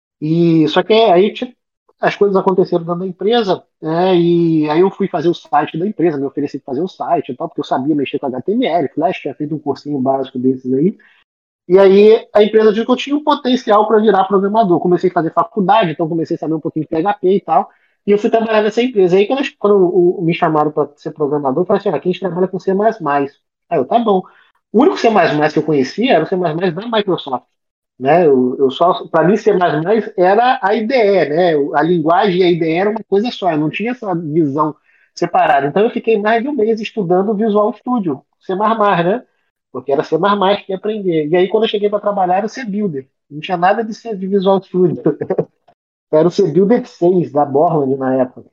D: E só que aí as coisas aconteceram dentro da empresa, né, e aí eu fui fazer o site da empresa, me ofereci para fazer o site e tal, porque eu sabia mexer com H T M L, Flash, tinha feito um cursinho básico desses aí. E aí a empresa viu que eu tinha um potencial para virar programador. Comecei a fazer faculdade, então comecei a saber um pouquinho de P H P e tal, e eu fui trabalhar nessa empresa. E aí quando, eu, quando me chamaram para ser programador, eu falei assim, aqui a gente trabalha com C mais mais. Aí eu, tá bom. O único C mais mais que eu conhecia era o C mais mais da Microsoft. Né? Eu, eu só, para mim, C mais mais era a I D E, né? A linguagem e a I D E era uma coisa só, eu não tinha essa visão separada. Então eu fiquei mais de um mês estudando Visual Studio, C mais mais, né? Porque era C mais mais que ia aprender. E aí, quando eu cheguei para trabalhar, era o C Builder. Não tinha nada de ser de Visual Studio. Era o C Builder seis, da Borland, na época.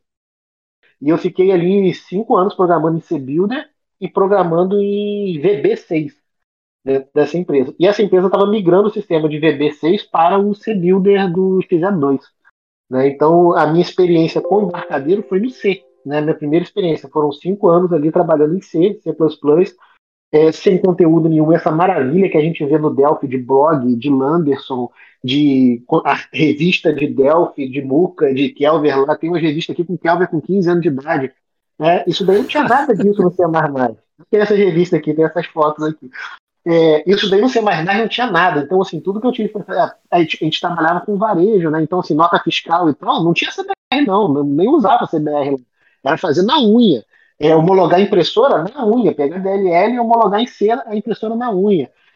D: E eu fiquei ali cinco anos programando em C Builder e programando em V B seis. Dessa empresa. E essa empresa estava migrando o sistema de V B seis para o C Builder do X zero dois. Né? Então, a minha experiência com o Embarcadero foi no C. Né? Minha primeira experiência. Foram cinco anos ali trabalhando em C, C plus plus, é, sem conteúdo nenhum. Essa maravilha que a gente vê no Delphi de blog, de Landerson, de a revista de Delphi, de Muca, de Kelver. Lá tem uma revista aqui com Kelver com quinze anos de idade. Né? Isso daí não tinha nada disso no C mais mais. Tem essa revista aqui, tem essas fotos aqui. É, isso daí no C mais mais não tinha nada. Então, assim, tudo que eu tive. A gente, a gente trabalhava com varejo, né? Então, assim, nota fiscal e tal, não tinha C B R, não. Nem usava C B R. Era fazer na unha. É, homologar a impressora na unha. Pegar D L L e homologar em C a impressora na unha.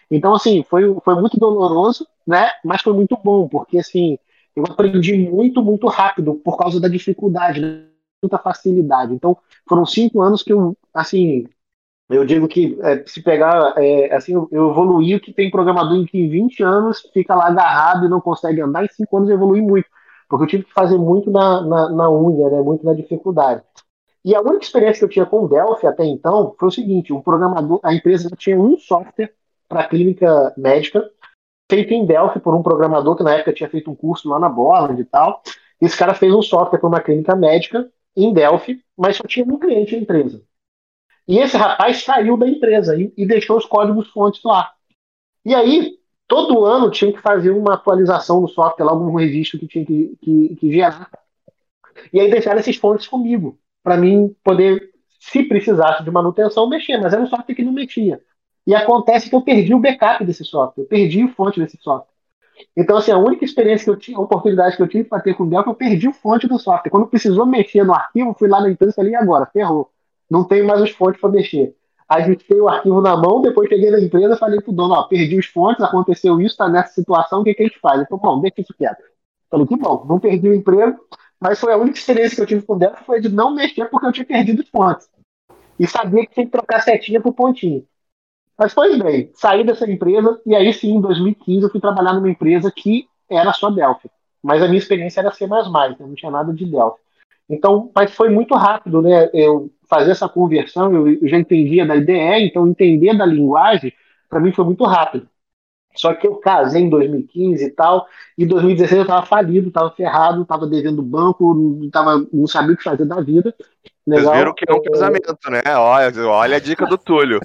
E: Então, assim, foi, foi muito doloroso, né? Mas foi muito bom, porque, assim, eu aprendi muito, muito rápido por causa da dificuldade, né? Muita facilidade. Então, foram cinco anos que eu, assim, eu digo que é, se pegar, é, assim, eu eu evoluí o que tem programador em que em vinte anos fica lá agarrado e não consegue andar, em cinco anos eu evolui muito, porque eu tive que fazer muito na, na, na unha, né? Muito na dificuldade. E a única experiência que eu tinha com o Delphi até então foi o seguinte: o programador, a empresa já tinha um software para clínica médica, feito em Delphi por um programador que na época tinha feito um curso lá na Borland e tal. Esse cara fez um software para uma clínica médica em Delphi, mas só tinha um cliente na empresa. E esse rapaz saiu da empresa e, e deixou os códigos-fontes lá. E aí, todo ano tinha que fazer uma atualização no software, lá, algum registro que tinha que, que, que gerar. E aí deixaram esses fontes comigo, para mim poder, se precisasse de manutenção, mexer, mas era um software que não mexia. E acontece que eu perdi o backup desse software, eu perdi a fonte desse software. Então, assim, a única experiência que eu tinha, a oportunidade que eu tive para ter com o Delphi, eu perdi a fonte do software. Quando precisou mexer no arquivo, fui lá na empresa e falei, e agora? Ferrou. Não tenho mais os fontes para mexer. Ajustei o arquivo na mão, depois cheguei na empresa e falei pro dono, ó, perdi os fontes, aconteceu isso, tá nessa situação, o que, que a gente faz? Ele falou, bom, deixa isso quieto. Falei, que bom, não perdi o emprego, mas foi a única experiência que eu tive com o Delphi foi de não mexer porque eu tinha perdido os fontes. E sabia que tinha que trocar setinha pro pontinho. Mas, pois bem, saí dessa empresa e aí sim, em dois mil e quinze, eu fui trabalhar numa empresa que era só Delphi. Mas a minha experiência era C mais mais, né? Não tinha nada de Delphi. Então, mas foi muito rápido, né? Eu fazer essa conversão, eu, eu já entendia da I D E, então entender da linguagem, para mim foi muito rápido. Só que eu casei em dois mil e quinze e tal, e em dois mil e dezesseis eu estava falido, estava ferrado, estava devendo banco, não, tava, não sabia o que fazer da vida.
G: Vocês
E: Legal?
G: viram que é um casamento, né? Olha, olha a dica do Túlio.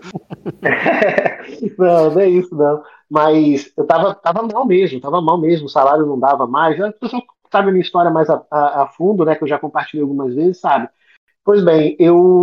E: Não, não é isso, não. Mas eu tava, tava mal mesmo, tava mal mesmo, o salário não dava mais. A pessoa que sabe a minha história mais a, a, a fundo, né? Que eu já compartilhei algumas vezes, sabe? Pois bem,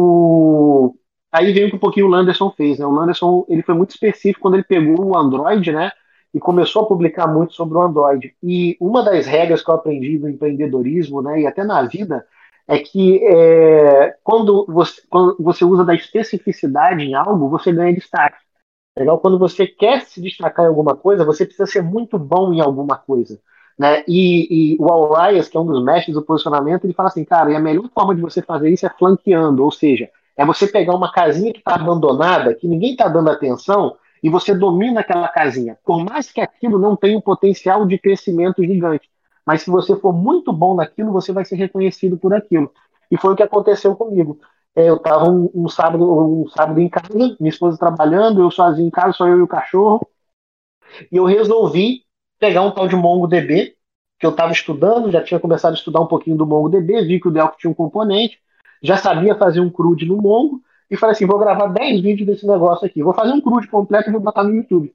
E: eu. Aí veio um pouquinho o Landerson fez, né? O Landerson, ele foi muito específico quando ele pegou o Android, né? E começou a publicar muito sobre o Android. E uma das regras que eu aprendi no empreendedorismo, né? E até na vida, é que é, quando, você, quando você usa da especificidade em algo, você ganha destaque. Legal? Quando você quer se destacar em alguma coisa, você precisa ser muito bom em alguma coisa. Né? E, e o Al Rias, que é um dos mestres do posicionamento, ele fala assim, cara, e a melhor forma de você fazer isso é flanqueando, ou seja, é você pegar uma casinha que está abandonada, que ninguém está dando atenção, e você domina aquela casinha. Por mais que aquilo não tenha um potencial de crescimento gigante, mas se você for muito bom naquilo, você vai ser reconhecido por aquilo. E foi o que aconteceu comigo. É, eu estava um, um, sábado, um sábado em casa, minha esposa trabalhando, eu sozinho em casa, só eu e o cachorro, e eu resolvi pegar um tal de MongoDB, que eu estava estudando, já tinha começado a estudar um pouquinho do MongoDB, vi que o Delphi tinha um componente, já sabia fazer um CRUD no Mongo, e falei assim, vou gravar dez vídeos desse negócio aqui, vou fazer um CRUD completo e vou botar no YouTube.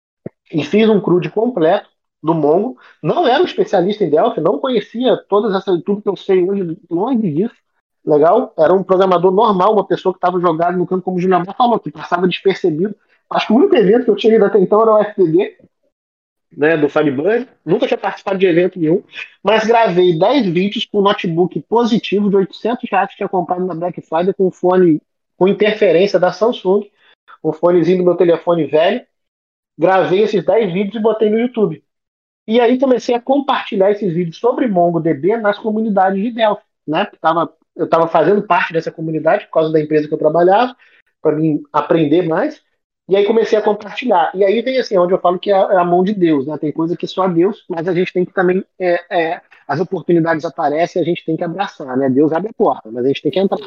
E: E fiz um CRUD completo do Mongo, não era um especialista em Delphi, não conhecia todas essas, tudo que eu sei hoje, longe disso, legal? Era um programador normal, uma pessoa que estava jogada no campo, como o Juliamar falou, que passava despercebido. Acho que o único evento que eu tinha ido até então era o F T D, né, do Firebird. Nunca tinha participado de evento nenhum, mas gravei dez vídeos com um notebook positivo de oitocentos reais que tinha comprado na Black Friday com um fone com interferência da Samsung, um fonezinho do meu telefone velho. Gravei esses dez vídeos e botei no YouTube. E aí comecei a compartilhar esses vídeos sobre MongoDB nas comunidades de Delphi, né? Tava, eu estava fazendo parte dessa comunidade por causa da empresa que eu trabalhava, para mim aprender mais. E aí comecei a compartilhar. E aí vem assim, onde eu falo que é a mão de Deus, né? Tem coisa que só Deus, mas a gente tem que também. É, é, as oportunidades aparecem e a gente tem que abraçar, né? Deus abre a porta, mas a gente tem que entrar.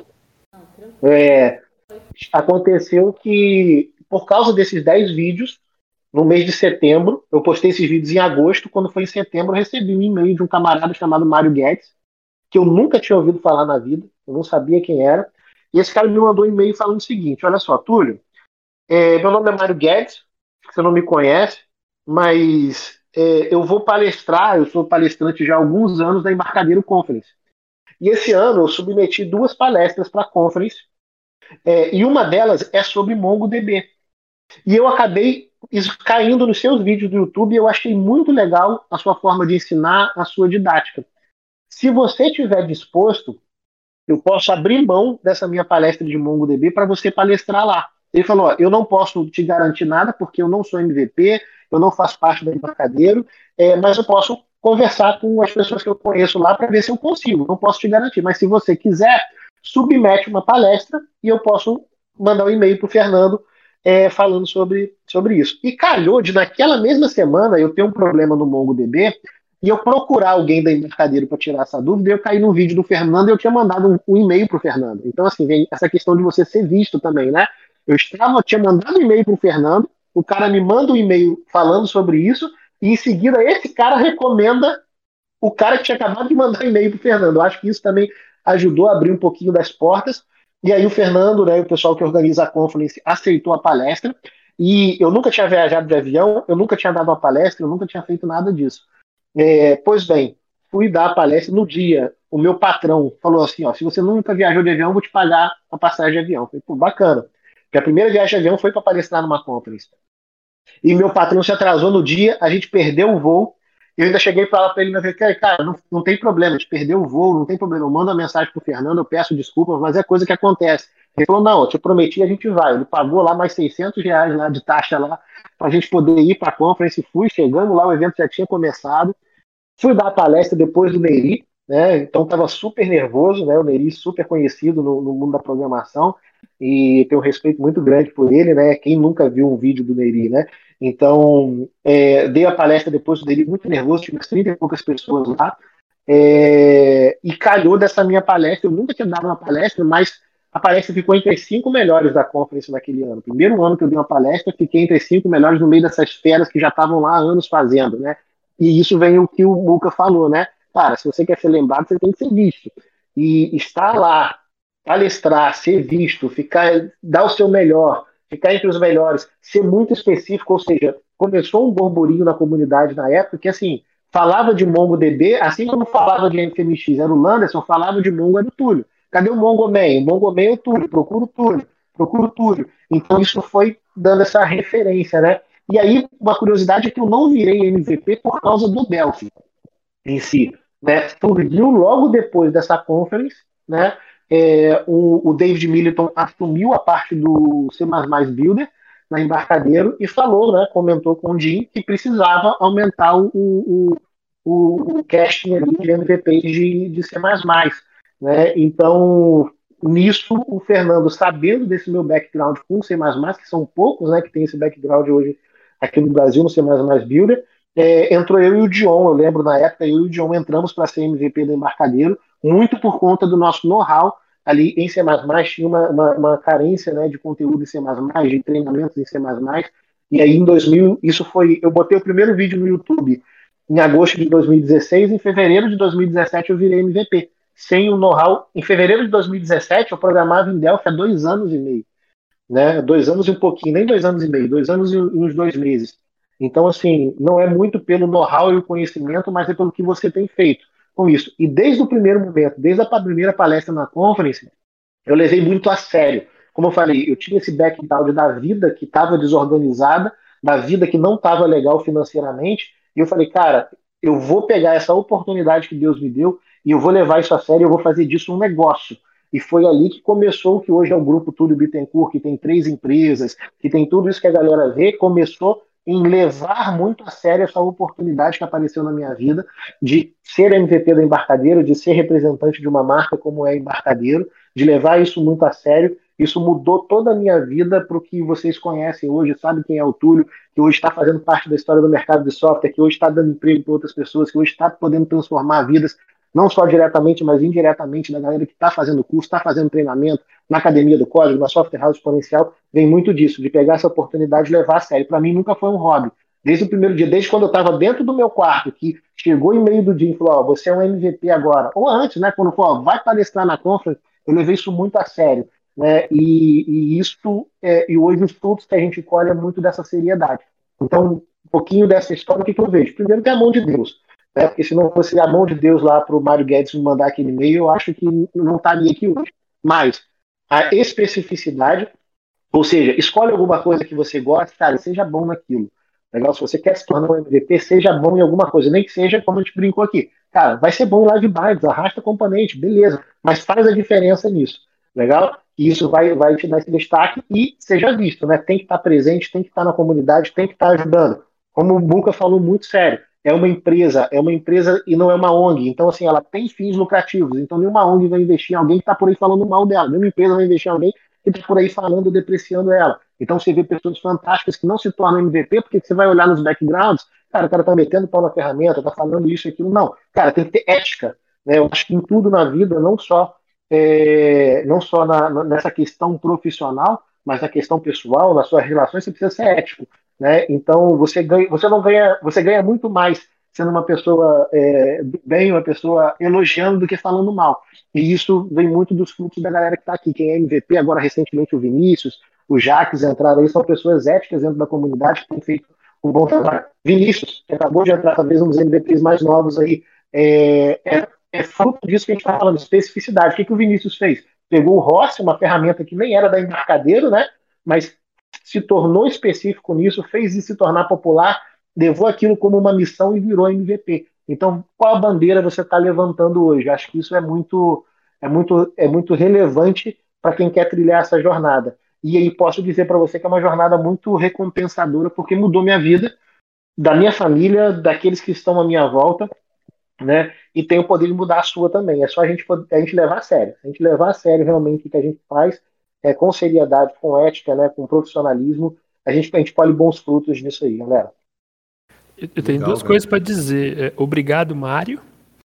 E: É, aconteceu que, por causa desses dez vídeos, no mês de setembro, eu postei esses vídeos em agosto, quando foi em setembro, eu recebi um e-mail de um camarada chamado Mário Guedes, que eu nunca tinha ouvido falar na vida, eu não sabia quem era, e esse cara me mandou um e-mail falando o seguinte, olha só, Túlio, é, meu nome é Mário Guedes, você não me conhece, mas é, eu vou palestrar, eu sou palestrante já há alguns anos da Embarcadero Conference, e esse ano eu submeti duas palestras para a Conference, é, e uma delas é sobre MongoDB, e eu acabei caindo nos seus vídeos do YouTube e eu achei muito legal a sua forma de ensinar, a sua didática. Se você estiver disposto, eu posso abrir mão dessa minha palestra de MongoDB para você palestrar lá. Ele falou, ó, eu não posso te garantir nada porque eu não sou M V P, eu não faço parte do embarcadeiro, é, mas eu posso conversar com as pessoas que eu conheço lá para ver se eu consigo. Não posso te garantir, mas se você quiser, submete uma palestra e eu posso mandar um e-mail para o Fernando é, falando sobre, sobre isso. E calhou de, naquela mesma semana, eu ter um problema no MongoDB e eu procurar alguém da embarcadeiro para tirar essa dúvida, eu caí no vídeo do Fernando e eu tinha mandado um, um e-mail para o Fernando. Então, assim, vem essa questão de você ser visto também, né? Eu estava, tinha mandado um e-mail para o Fernando, o cara me manda um e-mail falando sobre isso, e em seguida esse cara recomenda o cara que tinha acabado de mandar um e-mail para o Fernando. Eu acho que isso também ajudou a abrir um pouquinho das portas. E aí o Fernando, né, o pessoal que organiza a conference, aceitou a palestra. E eu nunca tinha viajado de avião, eu nunca tinha dado uma palestra, eu nunca tinha feito nada disso. É, pois bem, fui dar a palestra no dia. O meu patrão falou assim, ó, se você nunca viajou de avião, eu vou te pagar a passagem de avião. Eu falei, pô, bacana. Porque a primeira viagem de avião foi para palestrar numa conference. E meu patrão se atrasou no dia, a gente perdeu o voo. Eu ainda cheguei para falar para ele, eu falei, cara, não, não tem problema, a gente perdeu o voo, não tem problema. Eu mando uma mensagem pro Fernando, eu peço desculpas, mas é coisa que acontece. Ele falou, não, eu te prometi, a gente vai. Ele pagou lá mais seiscentos reais lá de taxa lá, para a gente poder ir para a conference. Fui, chegamos lá, o evento já tinha começado. Fui dar a palestra depois do Neri, né? Então estava super nervoso, né? O Neri super conhecido no, no mundo da programação e tenho um respeito muito grande por ele, né? Quem nunca viu um vídeo do Neri, né? Então, é, dei a palestra depois do Neri muito nervoso, tinha umas trinta e poucas pessoas lá, é, e calhou dessa minha palestra. Eu nunca tinha dado uma palestra, mas a palestra ficou entre as cinco melhores da conference naquele ano. Primeiro ano que eu dei uma palestra, fiquei entre as cinco melhores no meio dessas feras que já estavam lá há anos fazendo, né? E isso vem o que o Muca falou, né? Cara, se você quer ser lembrado, você tem que ser visto. E estar lá, palestrar, ser visto, ficar, dar o seu melhor, ficar entre os melhores, ser muito específico, ou seja, começou um burburinho na comunidade na época que, assim, falava de MongoDB, assim como falava de N F M X, era o Landerson, falava de Mongo, era o Túlio. Cadê o MongoMan? O MongoMan é o Túlio, procura o Túlio, procura o Túlio. Então isso foi dando essa referência, né? E aí, uma curiosidade é que eu não virei M V P por causa do Delphi em si, né? Surgiu logo depois dessa conference, né? É, o, o David Milliton assumiu a parte do C mais mais Builder na Embarcadeiro e falou, né? Comentou com o Jim que precisava aumentar o, o, o, o casting ali de M V P de, de C mais mais, né? Então, nisso, o Fernando, sabendo desse meu background com C mais mais, que são poucos, né? Que tem esse background hoje aqui no Brasil, no C mais mais Builder, é, entrou eu e o Dion. Eu lembro na época, eu e o Dion entramos para ser M V P do Embarcadeiro, muito por conta do nosso know-how ali em C mais mais. Tinha uma, uma, uma carência, né, de conteúdo em C mais mais, de treinamentos em C mais mais, e aí em dois mil, isso foi, eu botei o primeiro vídeo no YouTube em agosto de dois mil e dezesseis, em fevereiro de dois mil e dezessete eu virei M V P, sem o know-how. Em fevereiro de dois mil e dezessete eu programava em Delphi há dois anos e meio, né? Dois anos e um pouquinho, nem dois anos e meio, dois anos e uns dois meses. Então, assim, não é muito pelo know-how e o conhecimento, mas é pelo que você tem feito com isso. E desde o primeiro momento, desde a primeira palestra na conference, eu levei muito a sério. Como eu falei, eu tinha esse background da vida que estava desorganizada, da vida que não estava legal financeiramente, e eu falei, cara, eu vou pegar essa oportunidade que Deus me deu e eu vou levar isso a sério, eu vou fazer disso um negócio. E foi ali que começou o que hoje é o Grupo Túlio Bittencourt, que tem três empresas, que tem tudo isso que a galera vê, começou em levar muito a sério essa oportunidade que apareceu na minha vida de ser M V P da Embarcadeiro, de ser representante de uma marca como é a Embarcadeiro, de levar isso muito a sério. Isso mudou toda a minha vida para o que vocês conhecem hoje, sabe quem é o Túlio, que hoje está fazendo parte da história do mercado de software, que hoje está dando emprego para outras pessoas, que hoje está podendo transformar vidas, não só diretamente, mas indiretamente, da galera que está fazendo curso, está fazendo treinamento na Academia do Código, na Software House Exponencial. Vem muito disso, de pegar essa oportunidade e levar a sério. Para mim nunca foi um hobby. Desde o primeiro dia, desde quando eu estava dentro do meu quarto, que chegou em meio do dia e falou, ó, você é um M V P agora. Ou antes, né, quando falou, ó, vai palestrar na conference, eu levei isso muito a sério. Né, e, e isso, é, e hoje os frutos que a gente colhe é muito dessa seriedade. Então, um pouquinho dessa história, o que, que eu vejo? Primeiro que é a mão de Deus. Né, porque se não fosse a mão de Deus lá para o Mário Guedes me mandar aquele e-mail, eu acho que não estaria aqui hoje. Mas a especificidade, ou seja, escolhe alguma coisa que você gosta, cara, seja bom naquilo. Legal? Se você quer se tornar um M V P, seja bom em alguma coisa, nem que seja como a gente brincou aqui. Cara, vai ser bom em live bindings, arrasta componente, beleza, mas faz a diferença nisso. Legal? que isso vai, vai te dar esse destaque e seja visto, né? Tem que estar presente, tem que estar na comunidade, tem que estar ajudando. Como o Buca falou muito sério, é uma empresa, é uma empresa e não é uma O N G. Então, assim, ela tem fins lucrativos. Então, nenhuma O N G vai investir em alguém que está por aí falando mal dela. Nenhuma empresa vai investir em alguém que está por aí falando, depreciando ela. Então, você vê pessoas fantásticas que não se tornam M V P, porque você vai olhar nos backgrounds, cara, o cara está metendo pau na ferramenta, está falando isso e aquilo. Não, cara, tem que ter ética. Né? Eu acho que em tudo na vida, não só, é, não só na, nessa questão profissional, mas na questão pessoal, nas suas relações, você precisa ser ético. Né? Então você ganha, você não ganha, você ganha muito mais sendo uma pessoa é, bem, uma pessoa elogiando do que falando mal. E isso vem muito dos frutos da galera que está aqui. Quem é M V P, agora recentemente o Vinícius, o Jaques entraram aí, são pessoas éticas dentro da comunidade que têm feito um bom trabalho. Vinícius, que acabou de entrar, talvez um dos M V Ps mais novos aí, é, é, é fruto disso que a gente está falando, de especificidade. O que, que o Vinícius fez? Pegou o Rossi, uma ferramenta que nem era da Embarcadero, né? Mas se tornou específico nisso, fez isso se tornar popular, levou aquilo como uma missão e virou M V P. Então, qual a bandeira você está levantando hoje? Acho que isso é muito, é muito, é muito relevante para quem quer trilhar essa jornada. E aí posso dizer para você que é uma jornada muito recompensadora, porque mudou minha vida, da minha família, daqueles que estão à minha volta, né? E tem o poder de mudar a sua também. É só a gente, a gente levar a sério. A gente levar a sério realmente o que a gente faz, é, com seriedade, com ética, né, com profissionalismo, a gente, a gente colhe bons frutos nisso aí, galera.
F: Eu, eu tenho Legal, duas cara. coisas para dizer. É, obrigado, Mário.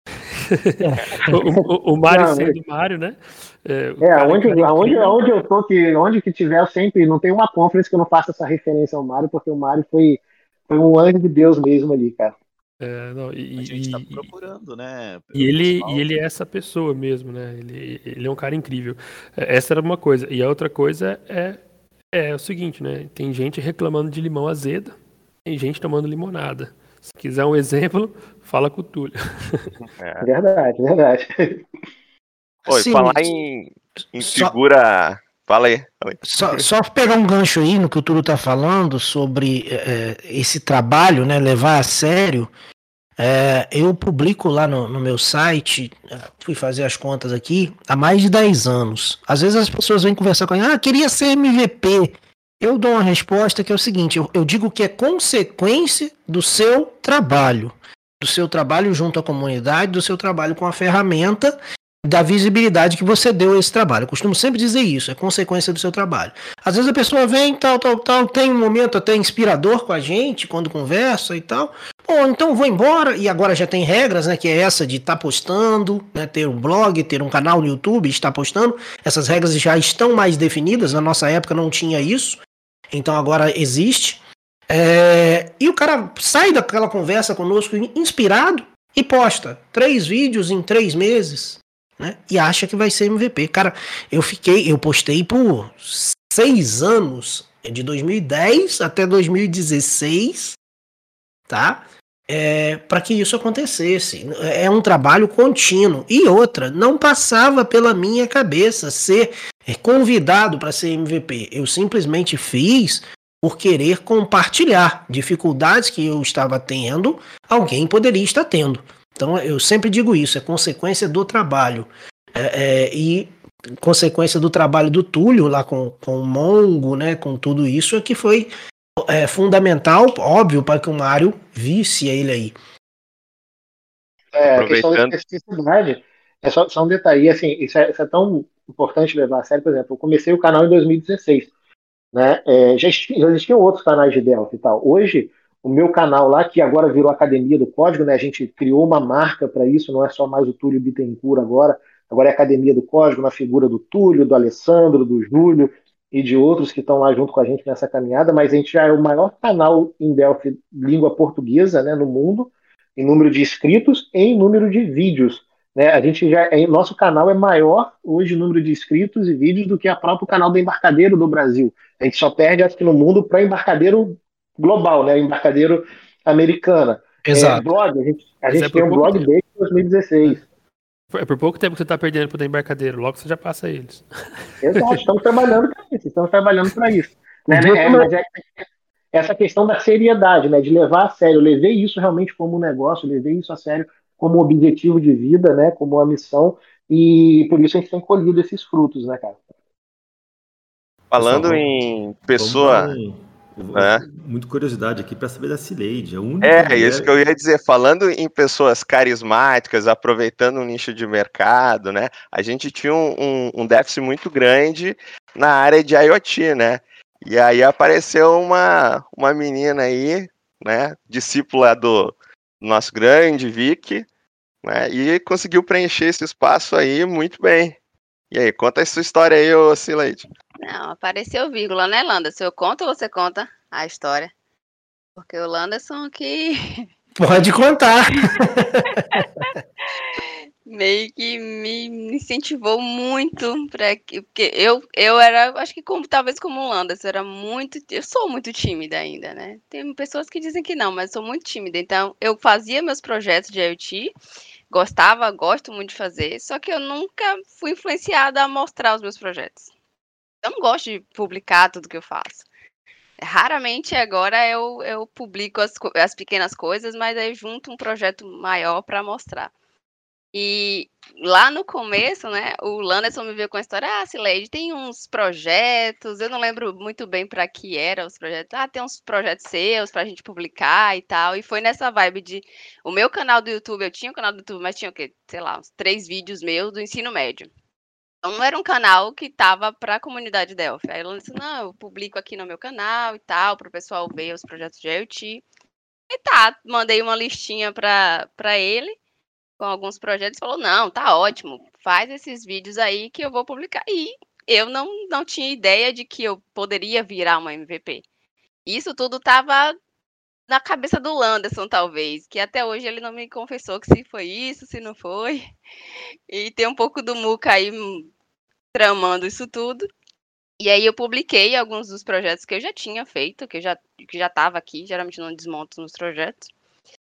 F: o, o, o Mário não, sendo o Mário, né?
E: É, é onde, aonde, aonde eu tô, que, onde que tiver, eu sempre não tem uma conference que eu não faça essa referência ao Mário, porque o Mário foi, foi um anjo de Deus mesmo ali, cara.
F: É, não, e,
A: a gente tá
F: e,
A: procurando, né?
F: E ele, e ele é essa pessoa mesmo, né? Ele, ele é um cara incrível. Essa era uma coisa. E a outra coisa é, é o seguinte, né? Tem gente reclamando de limão azedo, tem gente tomando limonada. Se quiser um exemplo, fala com o Túlio.
E: É. Verdade, verdade.
G: Oi, assim, falar em, em figura... Só... Fala aí. Fala aí.
I: Só, só pegar um gancho aí no que o Túlio tá falando sobre é, esse trabalho, né? Levar a sério. É, eu publico lá no, no meu site, fui fazer as contas aqui, há mais de dez anos. Às vezes as pessoas vêm conversar com a gente, ah, queria ser M V P. Eu dou uma resposta que é o seguinte, eu, eu digo que é consequência do seu trabalho. Do seu trabalho junto à comunidade, do seu trabalho com a ferramenta, da visibilidade que você deu a esse trabalho. Eu costumo sempre dizer isso, é consequência do seu trabalho. Às vezes a pessoa vem, tal, tal, tal, tem um momento até inspirador com a gente, quando conversa e tal. Bom, então vou embora, e agora já tem regras, né, que é essa de estar tá postando, né, ter um blog, ter um canal no YouTube, estar postando. Essas regras já estão mais definidas, na nossa época não tinha isso, então agora existe. É... E o cara sai daquela conversa conosco inspirado e posta três vídeos em três meses. Né? E acha que vai ser M V P. Cara, eu fiquei, eu postei por seis anos, de dois mil e dez até dois mil e dezesseis, tá? É, para que isso acontecesse. É um trabalho contínuo. E outra, não passava pela minha cabeça ser convidado para ser M V P. Eu simplesmente fiz por querer compartilhar dificuldades que eu estava tendo, alguém poderia estar tendo. Então eu sempre digo isso, é consequência do trabalho. É, é, e consequência do trabalho do Túlio lá com, com o Mongo, né, com tudo isso, é que foi é, fundamental, óbvio, para que o Mário visse ele aí.
E: É, a questão da especificidade é só, só um detalhe, assim, isso é, isso é tão importante levar a sério. Por exemplo, eu comecei o canal em dois mil e dezesseis, né, é, já, existiam, já existiam outros canais de Delphi e tal. Hoje, o meu canal lá, que agora virou Academia do Código, né? A gente criou uma marca para isso, não é só mais o Túlio Bittencourt agora, agora é a Academia do Código, na figura do Túlio, do Alessandro, do Júlio e de outros que estão lá junto com a gente nessa caminhada, mas a gente já é o maior canal em Delphi língua portuguesa, né, no mundo, em número de inscritos e em número de vídeos. Né? A gente já, é, nosso canal é maior hoje em número de inscritos e vídeos do que o próprio canal do Embarcadero do Brasil. A gente só perde, acho que no mundo, para Embarcadero global, né? Embarcadero americana.
I: Exato.
E: É, blog, a gente, a gente é tem um blog tempo. Desde dois mil e dezesseis.
F: É por pouco tempo que você está perdendo para o Embarcadero, logo você já passa eles.
E: Exato, estamos trabalhando para isso, estamos trabalhando para isso. Né, né? É, mas é, essa questão da seriedade, né? De levar a sério, eu levei isso realmente como um negócio, eu levei isso a sério como um objetivo de vida, né? Como uma missão, e por isso a gente tem colhido esses frutos, né, cara?
G: Falando
B: Pessoal,
G: em pessoa...
B: Um...
G: É.
B: Muita curiosidade aqui para saber da Cileide. A única
G: é,
B: mulher...
G: isso que eu ia dizer. Falando em pessoas carismáticas, aproveitando um nicho de mercado, né? A gente tinha um, um, um déficit muito grande na área de IoT, né? E aí apareceu uma, uma menina aí, né? Discípula do nosso grande Vic, né? E conseguiu preencher esse espaço aí muito bem. E aí, conta a sua história aí, ô Cileide.
H: Não, apareceu vírgula, né, Landerson? Eu conto ou você conta a história? Porque o Landerson aqui...
I: Pode contar.
H: meio que me incentivou muito para que... Porque eu, eu era, acho que como, talvez como o Landerson, era muito... Eu sou muito tímida ainda, né? Tem pessoas que dizem que não, mas eu sou muito tímida. Então, eu fazia meus projetos de IoT, gostava, gosto muito de fazer, só que eu nunca fui influenciada a mostrar os meus projetos. Eu não gosto de publicar tudo que eu faço. Raramente agora eu, eu publico as, as pequenas coisas, mas aí junto um projeto maior para mostrar. E lá no começo, né, o Landerson me veio com a história, ah, Cileide, tem uns projetos, eu não lembro muito bem para que eram os projetos, ah, tem uns projetos seus para a gente publicar e tal, e foi nessa vibe de, o meu canal do YouTube, eu tinha um canal do YouTube, mas tinha o quê? Sei lá, uns três vídeos meus do ensino médio. Então, não era um canal que estava para a comunidade Delphi. Aí ela disse, não, eu publico aqui no meu canal e tal, para o pessoal ver os projetos de IoT. E tá, mandei uma listinha para ele, com alguns projetos, falou, não, tá ótimo, faz esses vídeos aí que eu vou publicar. E eu não, não tinha ideia de que eu poderia virar uma M V P. Isso tudo estava na cabeça do Landerson, talvez, que até hoje ele não me confessou que se foi isso, se não foi. E tem um pouco do Muca aí tramando isso tudo. E aí eu publiquei alguns dos projetos que eu já tinha feito, que eu já que já estava aqui, geralmente não desmonto nos projetos.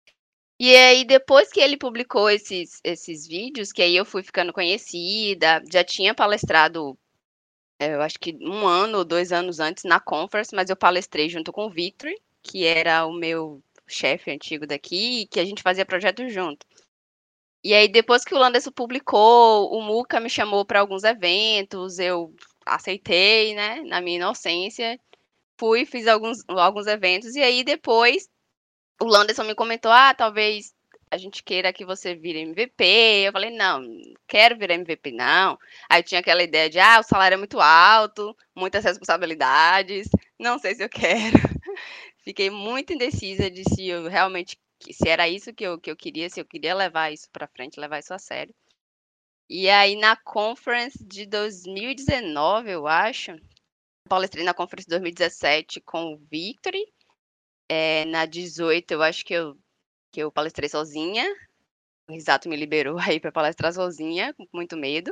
H: E aí depois que ele publicou esses, esses vídeos, que aí eu fui ficando conhecida, já tinha palestrado, eu acho que um ano ou dois anos antes na Conference, mas eu palestrei junto com o Victor, que era o meu chefe antigo daqui, e que a gente fazia projetos junto. E aí, depois que o Landerson publicou, o Muca me chamou para alguns eventos, eu aceitei, né, na minha inocência, fui, fiz alguns, alguns eventos, e aí depois o Landerson me comentou, ah, talvez a gente queira que você vire M V P. Eu falei, não, não quero virar M V P, não. Aí tinha aquela ideia de, ah, o salário é muito alto, muitas responsabilidades, não sei se eu quero. Fiquei muito indecisa de se eu realmente, se era isso que eu, que eu queria, se eu queria levar isso para frente, levar isso a sério. E aí, na Conference de dois mil e dezenove, eu acho, palestrei na Conference de dois mil e dezessete com o Victory. É, na dezoito, eu acho que eu, que eu palestrei sozinha. O Risato me liberou aí para palestrar sozinha, com muito medo.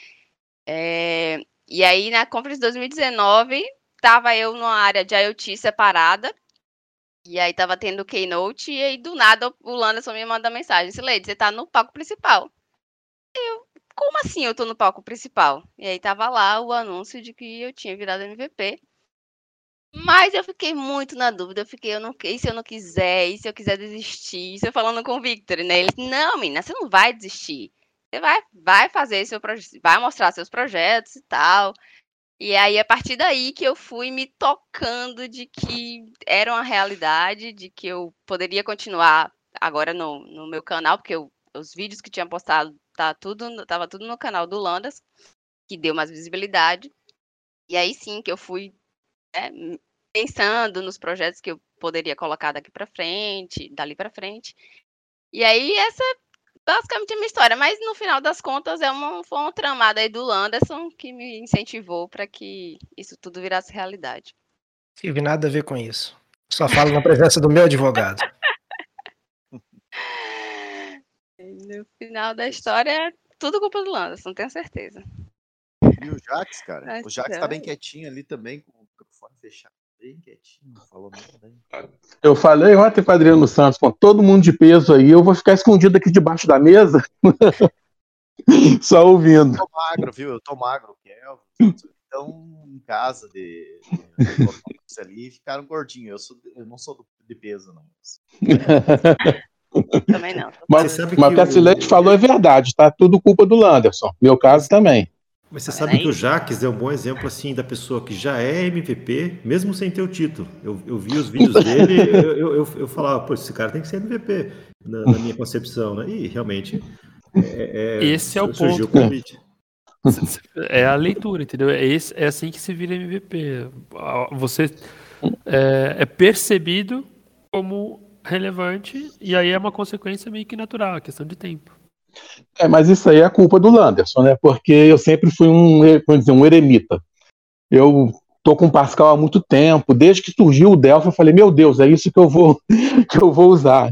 H: É, e aí, na Conference de dois mil e dezenove, estava eu numa área de IoT separada. E aí tava tendo o Keynote, e aí do nada o Landerson me manda mensagem, Cileide, você tá no palco principal. Eu, como assim eu tô no palco principal? E aí tava lá o anúncio de que eu tinha virado M V P. Mas eu fiquei muito na dúvida, eu fiquei, eu não, e se eu não quiser, e se eu quiser desistir? Isso eu falando com o Victor, né? Ele, não, menina, você não vai desistir. Você vai, vai fazer seu projeto, vai mostrar seus projetos e tal. E aí, a partir daí que eu fui me tocando de que era uma realidade, de que eu poderia continuar agora no, no meu canal, porque eu, os vídeos que tinha postado tá tudo, tava tudo no canal do Landas, que deu mais visibilidade. E aí sim que eu fui, né, pensando nos projetos que eu poderia colocar daqui para frente, dali para frente. E aí essa basicamente a minha história, mas no final das contas é uma, foi uma tramada aí do Landerson que me incentivou para que isso tudo virasse realidade.
I: Tive nada a ver com isso. Só falo na presença do meu advogado.
H: No final da história é tudo culpa do Landerson, tenho certeza.
A: E o Jax, cara?
H: Mas
A: o Jax
H: é.
A: tá bem quietinho ali também, com o microfone fechado. Bem quietinho, não falou nada aí.
J: Eu falei ontem com o Adriano Santos, com todo mundo de peso aí, eu vou ficar escondido aqui debaixo da mesa, só ouvindo.
A: Eu tô magro, viu? Eu tô magro, Kelvin. Então, em casa de, de ali, ficaram gordinhos. Eu, sou, eu não sou de peso, não.
H: Também não.
J: Mas, mas o que a Cileide falou é verdade, tá? Tudo culpa do Landerson. Meu caso também.
B: Mas você
H: Tá
B: sabe
H: vendo
B: que o
H: aí?
B: Jaques é um bom exemplo assim da pessoa que já é M V P, mesmo sem ter o título. Eu, eu vi os vídeos dele, eu, eu, eu, eu falava, pô, esse cara tem que ser M V P, na, na minha concepção, né? E realmente é, é,
F: Esse é o
B: surgiu o
F: ponto.
B: convite.
F: É a leitura, entendeu? É, esse, é assim que se vira M V P. Ah, Você é, é percebido como relevante e aí é uma consequência meio que natural, a questão de tempo.
J: É, mas isso aí é a culpa do Landerson, né? Porque eu sempre fui um, vamos dizer, um eremita. Eu tô com o Pascal há muito tempo, desde que surgiu o Delphi, eu falei, meu Deus, é isso que eu vou, que eu vou usar.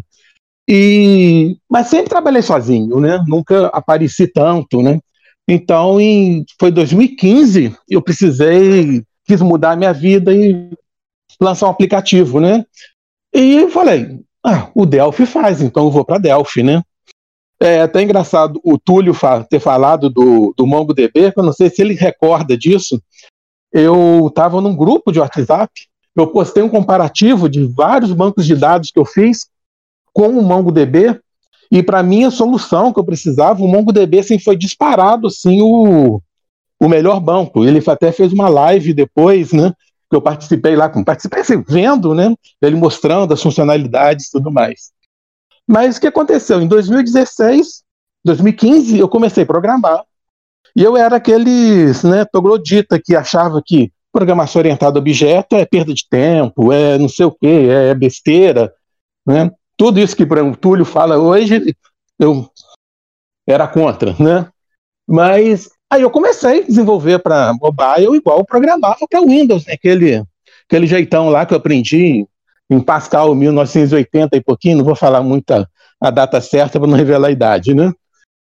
J: E, mas sempre trabalhei sozinho, né? Nunca apareci tanto, né? Então, em, foi dois mil e quinze, eu precisei, quis mudar a minha vida e lançar um aplicativo, né? E eu falei, ah, o Delphi faz, então eu vou para Delphi, né? É até engraçado o Túlio fa- ter falado do, do MongoDB, que eu não sei se ele recorda disso. Eu estava num grupo de WhatsApp, eu postei um comparativo de vários bancos de dados que eu fiz com o MongoDB, e para minha solução que eu precisava, o MongoDB assim, foi disparado assim, o, o melhor banco. Ele até fez uma live depois, né? Que eu participei lá, participei assim, vendo, né? Ele mostrando as funcionalidades e tudo mais. Mas o que aconteceu? Em dois mil e dezesseis, dois mil e quinze, eu comecei a programar. E eu era aqueles, né, troglodita que achava que programação orientada a objeto é perda de tempo, é não sei o quê, é besteira, né? Tudo isso que o Túlio fala hoje, eu era contra, né? Mas aí eu comecei a desenvolver para mobile igual eu programava para Windows, né? aquele, aquele jeitão lá que eu aprendi em Pascal mil novecentos e oitenta e pouquinho, não vou falar muito a, a data certa para não revelar a idade, né?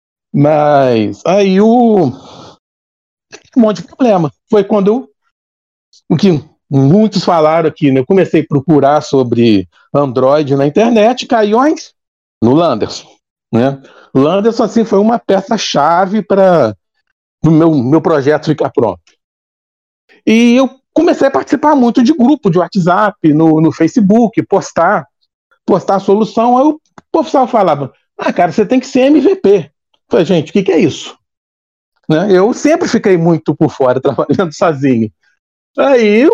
J: Mas aí o um monte de problema. Foi quando eu, o que muitos falaram aqui, né? Eu comecei a procurar sobre Android na internet, caiu no Landerson, né? O Landerson assim foi uma peça-chave para o meu, meu projeto ficar pronto. E eu comecei a participar muito de grupo de WhatsApp, no, no Facebook, postar, postar a solução. Aí o professor falava, ah, cara, você tem que ser M V P. Eu falei, gente, o que, que é isso? Né? Eu sempre fiquei muito por fora, trabalhando sozinho. Aí,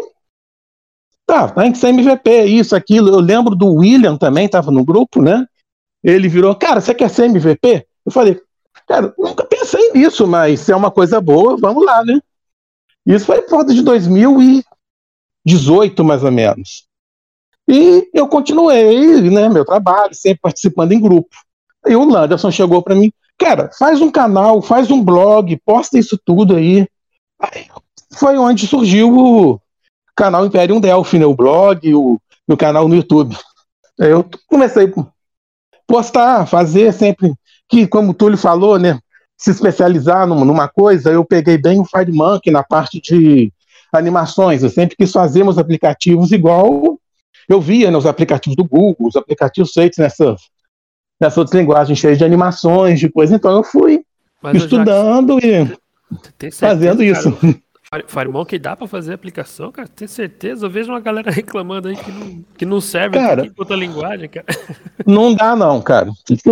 J: tá, tem que ser M V P, isso, aquilo. Eu lembro do William também, estava no grupo, né? Ele virou, cara, você quer ser M V P? Eu falei, cara, nunca pensei nisso, mas se é uma coisa boa, vamos lá, né? Isso foi por volta de dois mil e dezoito, mais ou menos. E eu continuei, né, meu trabalho, sempre participando em grupo. Aí o Landerson chegou para mim, cara, faz um canal, faz um blog, posta isso tudo aí. Aí foi onde surgiu o canal Imperium Delphi, né, o blog, o meu canal no YouTube. Eu comecei a postar, fazer sempre, que como o Túlio falou, né, se especializar numa, numa coisa, eu peguei bem o FireMonkey na parte de animações, eu sempre quis fazer meus aplicativos igual eu via nos aplicativos do Google, os aplicativos feitos nessas, nessas outras linguagens cheias de animações, de coisa, então eu fui
F: Mas,
J: estudando
F: Jackson,
J: e
F: tem certeza,
J: fazendo isso.
F: Cara, FireMonkey dá pra fazer aplicação, cara? Tem certeza? Eu vejo uma galera reclamando aí que não, que não serve
J: Cara,
F: aqui outra linguagem, cara.
J: Não dá não, cara.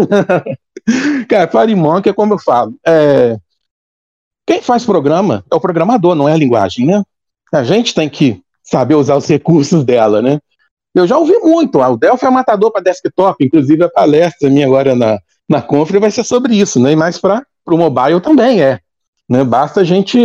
J: Cara, FireMonkey é como eu falo, é... quem faz programa é o programador, não é a linguagem, né? A gente tem que saber usar os recursos dela, né? Eu já ouvi muito, ah, o Delphi é matador para desktop, inclusive a palestra minha agora na, na Confre vai ser sobre isso, né? E mais para o mobile também é, né? Basta a gente,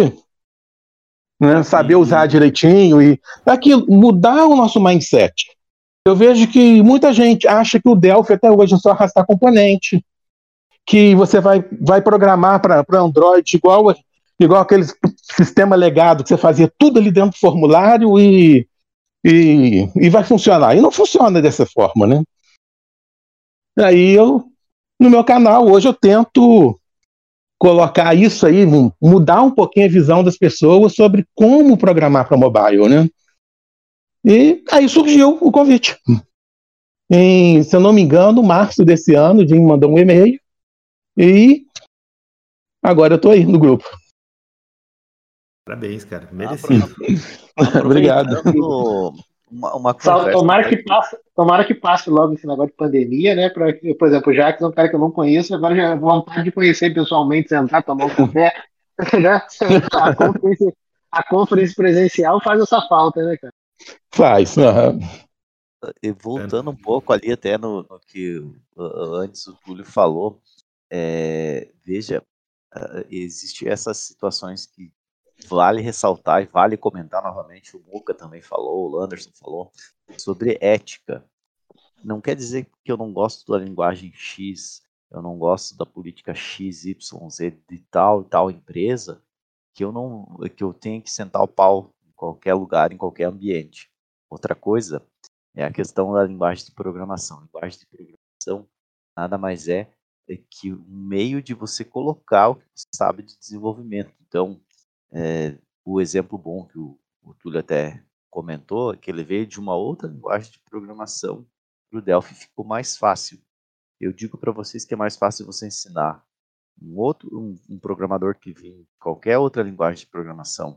J: né, saber usar direitinho e aquilo, mudar o nosso mindset. Eu vejo que muita gente acha que o Delphi até hoje é só arrastar componente, que você vai, vai programar para Android igual, igual aquele sistema legado que você fazia tudo ali dentro do formulário e, e, e vai funcionar. E não funciona dessa forma, né? Aí eu, no meu canal, hoje eu tento colocar isso aí, mudar um pouquinho a visão das pessoas sobre como programar para mobile, né? E aí surgiu o convite. Em, se eu não me engano, março desse ano, o Jim mandou um e-mail e agora eu tô aí no grupo.
B: Parabéns, cara. Merecido.
J: Obrigado.
A: Uma, uma
E: Só, tomara, que passe, tomara que passe logo esse negócio de pandemia, né? Pra, por exemplo, o Jacques é um cara que eu não conheço, agora já vontade de conhecer pessoalmente, sentar, tomar um café. Né? A conferência, a conferência presencial faz essa falta, né, cara?
J: Faz. aham.
A: E voltando um pouco ali até no, no que uh, antes o Túlio falou, é, veja, uh, existe essas situações que vale ressaltar e vale comentar novamente. O Muca também falou, o Landerson falou sobre ética. Não quer dizer que eu não gosto da linguagem X, eu não gosto da política X, Y, Z de tal e tal empresa, que eu não, que eu tenho que sentar o pau em qualquer lugar, em qualquer ambiente. Outra coisa é a questão da linguagem de programação. A linguagem de programação nada mais é, é que um meio de você colocar o que você sabe de desenvolvimento. Então, é, o exemplo bom que o, o Túlio até comentou é que ele veio de uma outra linguagem de programação para o Delphi, ficou mais fácil. Eu digo para vocês que é mais fácil você ensinar um outro um, um programador que vem de qualquer outra linguagem de programação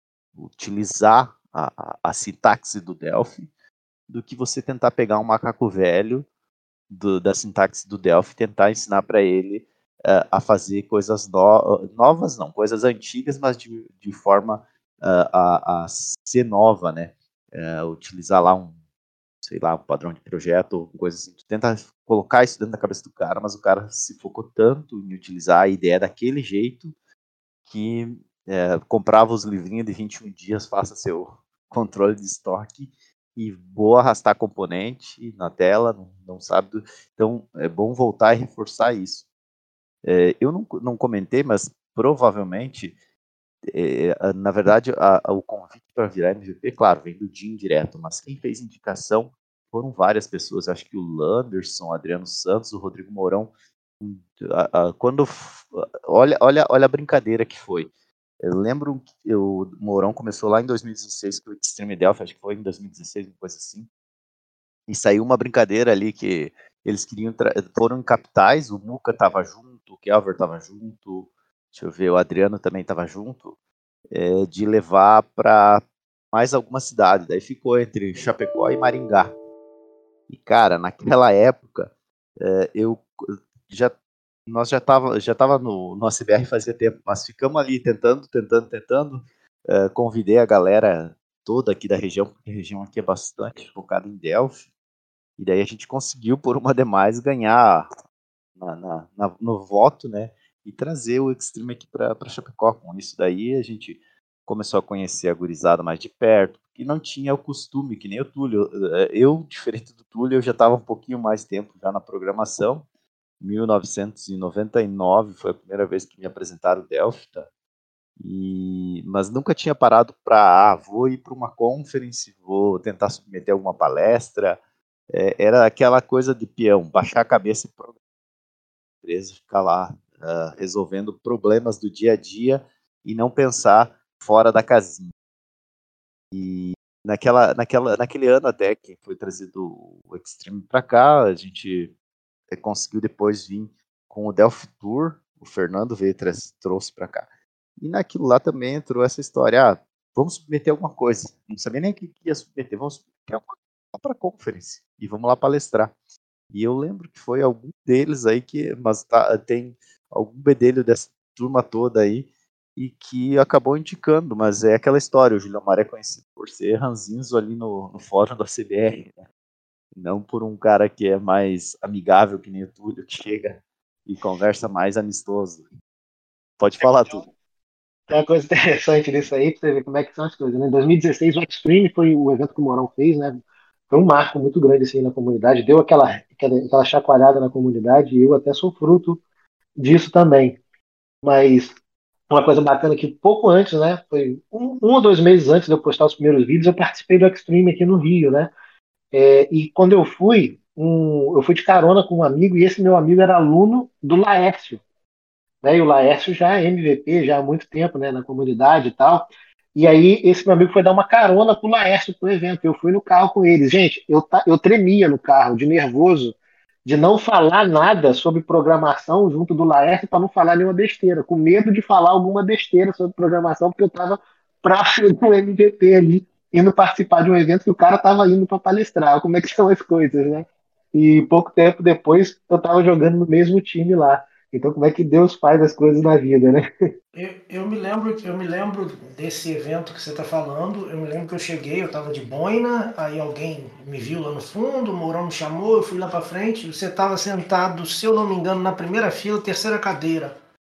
A: utilizar a, a, a sintaxe do Delphi do que você tentar pegar um macaco velho do, da sintaxe do Delphi e tentar ensinar para ele uh, a fazer coisas no, novas, não, coisas antigas, mas de, de forma uh, a, a ser nova, né? Uh, utilizar lá um, sei lá, um padrão de projeto ou coisa assim. Tu tenta colocar isso dentro da cabeça do cara, mas o cara se focou tanto em utilizar a ideia daquele jeito que é, comprava os livrinhos de vinte e um dias, faça seu controle de estoque e vou arrastar componente na tela, não, não sabe. Do... Então, é bom voltar e reforçar isso. É, eu não, não comentei, mas provavelmente, é, na verdade, a, a, o convite para virar M V P, claro, vem do Jim direto, mas quem fez indicação foram várias pessoas. Acho que o Landerson, o Adriano Santos, o Rodrigo Mourão. A, a, quando olha, olha, olha a brincadeira que foi. Eu lembro que o Mourão começou lá em dois mil e dezesseis com o Extreme Delphi, acho que foi em dois mil e dezesseis, uma coisa assim. E saiu uma brincadeira ali que eles queriam foram em capitais, o Muca estava junto, o Kelver estava junto, deixa eu ver, o Adriano também estava junto, é, de levar para mais alguma cidade. Daí ficou entre Chapecó e Maringá. E cara, naquela época, é, eu já nós já tava já tava no, no A C B R fazia tempo, mas ficamos ali tentando, tentando, tentando. Uh, convidei a galera toda aqui da região, porque a região aqui é bastante focada em Delphi, e daí a gente conseguiu, por uma demais, ganhar na, na, na, no voto, né, e trazer o Extreme aqui para Chapecó. Com isso daí a gente começou a conhecer a gurizada mais de perto, e não tinha o costume, que nem o Túlio. Eu, diferente do Túlio, eu já estava um pouquinho mais tempo já na programação. mil novecentos e noventa e nove foi a primeira vez que me apresentaram o Delphi, tá? E, mas nunca tinha parado para, ah, vou ir para uma conference, vou tentar submeter alguma palestra. É, era aquela coisa de peão, baixar a cabeça e programar a empresa, ficar lá uh, resolvendo problemas do dia a dia e não pensar fora da casinha. E naquela, naquela, naquele ano até que foi trazido o Extreme para cá, a gente conseguiu depois vir com o Delphi Tour, o Fernando veio trouxe para cá. E naquilo lá também entrou essa história, ah, vamos submeter alguma coisa. Não sabia nem o que ia submeter, vamos submeter alguma coisa para a conference e vamos lá palestrar. E eu lembro que foi algum deles aí que, mas tá, tem algum bedelho dessa turma toda aí e que acabou indicando, mas é aquela história, o Gilmar é conhecido por ser ranzinzo ali no, no fórum da C B R, né? Não por um cara que é mais amigável que nem o Túlio, que chega e conversa mais amistoso. Pode falar, Túlio.
E: Tem uma coisa interessante nisso aí, pra você ver como é que são as coisas, né? Em dois mil e dezesseis, o Extreme foi o evento que o Mourão fez, né? Foi um marco muito grande assim na comunidade, deu aquela, aquela, aquela chacoalhada na comunidade, e eu até sou fruto disso também. Mas uma coisa bacana que pouco antes, né? Foi um, um ou dois meses antes de eu postar os primeiros vídeos, eu participei do Extreme aqui no Rio, né? É, e quando eu fui, um, eu fui de carona com um amigo, e esse meu amigo era aluno do Laércio. Né, e o Laércio já é M V P já há muito tempo, né, na comunidade e tal. E aí esse meu amigo foi dar uma carona pro Laércio pro evento. Eu fui no carro com eles. Gente, eu, eu tremia no carro, de nervoso, de não falar nada sobre programação junto do Laércio para não falar nenhuma besteira, com medo de falar alguma besteira sobre programação, porque eu estava próximo do M V P ali, indo participar de um evento que o cara estava indo para palestrar. Como é que são as coisas, né? E pouco tempo depois eu estava jogando no mesmo time lá. Então, como é que Deus faz as coisas na vida, né?
D: Eu, eu me lembro, eu me lembro desse evento que você está falando. Eu me lembro que eu cheguei, eu estava de boina, aí alguém me viu lá no fundo, o Mourão me chamou, eu fui lá para frente. Você estava sentado, se eu não me engano, na primeira fila, terceira cadeira.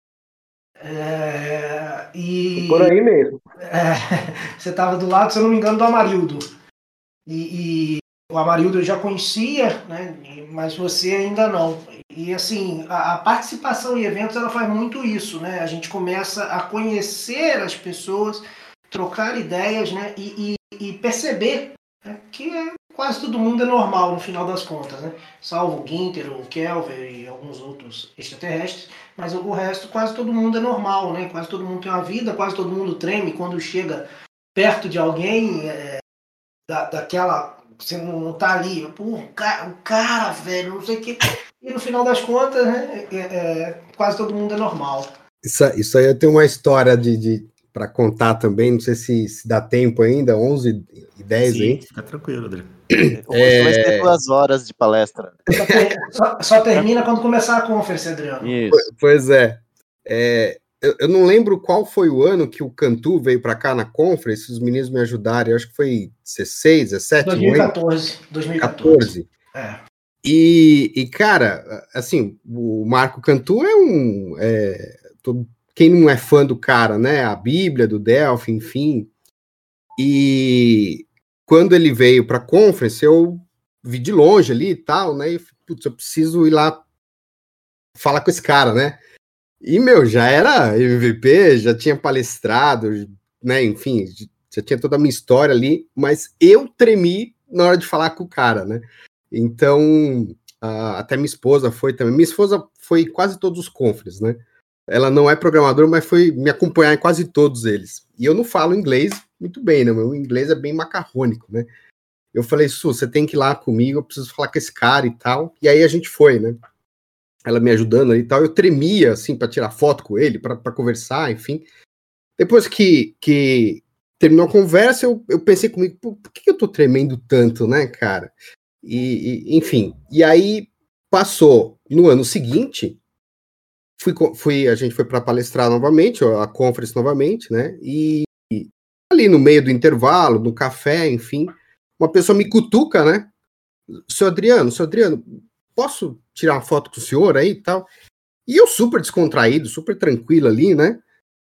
D: É, e
E: Por aí mesmo.
D: É, você estava do lado, se eu não me engano, do Amarildo. E, e o Amarildo eu já conhecia, né? Mas você ainda não. E assim, a, a participação em eventos ela faz muito isso, né? A gente começa a conhecer as pessoas, trocar ideias, né? E, e, e perceber, né? Que é, quase todo mundo é normal no final das contas, né? Salvo o Ginter, o Kelver e alguns outros extraterrestres, mas o resto quase todo mundo é normal, né? Quase todo mundo tem uma vida, quase todo mundo treme quando chega perto de alguém, é, da, daquela... Você não tá ali, pô, o cara, o cara, velho, não sei o que. E no final das contas, né, é, é, quase todo mundo é normal.
C: Isso, isso aí eu tenho uma história de, de para contar também, não sei se, se dá tempo ainda, onze e dez,
B: Sim,
C: hein?
B: fica tranquilo, Adriano.
A: Hoje é... vai ser duas horas de palestra.
D: Só, ter, só, só termina quando começar a conferência, Adriano.
A: Isso.
C: Pois é. é eu, eu não lembro qual foi o ano que o Cantu veio para cá na conferência, se os meninos me ajudarem, eu acho que foi dezesseis, dezessete?
D: dois mil e quatorze. dois mil e quatorze. É.
C: E, e, cara, assim, o Marco Cantu é um... É, todo, quem não é fã do cara, né? A Bíblia, do Delphi, enfim. E quando ele veio para a conference, eu vi de longe ali e tal, né? E, putz, eu preciso ir lá falar com esse cara, né? E, meu, já era M V P, já tinha palestrado, né? Enfim, já tinha toda a minha história ali, mas eu tremi na hora de falar com o cara, né? Então, uh, até minha esposa foi também. Minha esposa foi quase todos os conferences, né? Ela não é programadora, mas foi me acompanhar em quase todos eles. E eu não falo inglês muito bem, né? Meu inglês é bem macarrônico, né? Eu falei, Su, você tem que ir lá comigo, eu preciso falar com esse cara e tal. E aí a gente foi, né? Ela me ajudando ali e tal. Eu tremia, assim, para tirar foto com ele, para conversar, enfim. Depois que, que terminou a conversa, eu, eu pensei comigo, por que eu tô tremendo tanto, né, cara? E, e, enfim, e aí passou no ano seguinte, fui, fui, a gente foi para palestrar novamente, a conference novamente, né? E, e ali no meio do intervalo, no café, enfim, uma pessoa me cutuca, né? Seu Adriano, seu Adriano, posso tirar uma foto com o senhor aí e tal? E eu super descontraído, super tranquilo ali, né?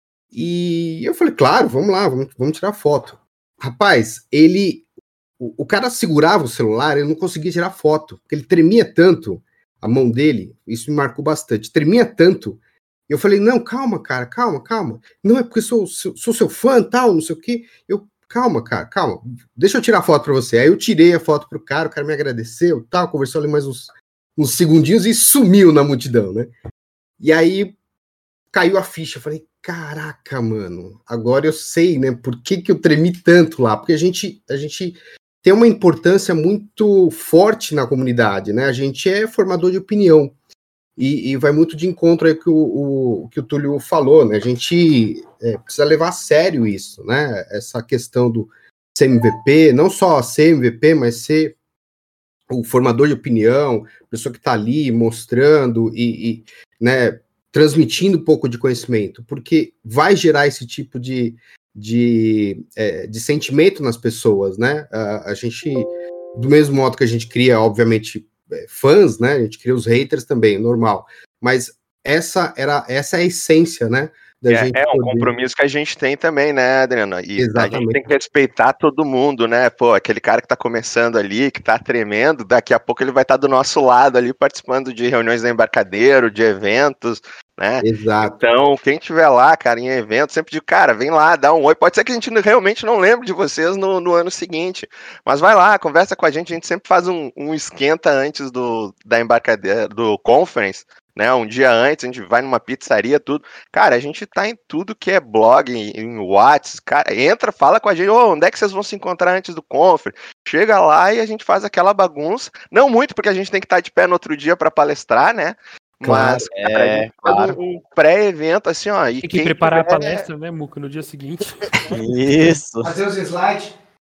C: E eu falei, claro, vamos lá, vamos, vamos tirar foto. Rapaz, ele... O, o cara segurava o celular, ele não conseguia tirar foto, porque ele tremia tanto, a mão dele, isso me marcou bastante, tremia tanto. Eu falei, não, calma, cara, calma, calma. Não, é porque sou, sou, sou seu fã, tal, não sei o quê. Eu, calma, cara, calma, deixa eu tirar foto pra você. Aí eu tirei a foto pro cara, o cara me agradeceu, tal, conversou ali mais uns, uns segundinhos e sumiu na multidão, né? E aí caiu a ficha, eu falei, caraca, mano, agora eu sei, né, por que que eu tremi tanto lá, porque a gente, a gente tem uma importância muito forte na comunidade, né, a gente é formador de opinião, e, e vai muito de encontro aí que o, o que o Túlio falou, né, a gente é, precisa levar a sério isso, né, essa questão do ser M V P, não só ser M V P, mas ser o formador de opinião, pessoa que está ali mostrando e, e né, transmitindo um pouco de conhecimento, porque vai gerar esse tipo de, de, é, de sentimento nas pessoas, né? A, a gente, do mesmo modo que a gente cria, obviamente, fãs, né? A gente cria os haters também, normal. Mas essa, era, essa é a essência, né? Da
G: é,
C: gente
G: é um
C: poder...
G: compromisso que a gente tem também, né, Adriano? E
C: Exatamente.
G: a gente tem que respeitar todo mundo, né? Pô, aquele cara que tá começando ali, que tá tremendo, daqui a pouco ele vai estar tá do nosso lado ali, participando de reuniões da Embarcadero, de eventos, né?
C: Exato.
G: Então, quem tiver lá, cara, em evento, sempre digo, cara, vem lá, dá um oi. Pode ser que a gente realmente não lembre de vocês no, no ano seguinte, mas vai lá, conversa com a gente, a gente sempre faz um, um esquenta antes do, da Embarcadero, do conference, né, um dia antes, a gente vai numa pizzaria, tudo. Cara, a gente tá em tudo que é blog, em, em WhatsApp, cara, entra, fala com a gente, oh, onde é que vocês vão se encontrar antes do conference? Chega lá e a gente faz aquela bagunça, não muito, porque a gente tem que estar de pé no outro dia para palestrar, né,
C: claro,
G: mas, cara,
A: é,
G: a gente faz
A: claro.
G: um pré-evento, assim, ó, e
F: tem que
G: quem
F: preparar
G: tiver...
F: a palestra, né, Muca, no dia seguinte.
A: Isso.
D: Fazer os slides.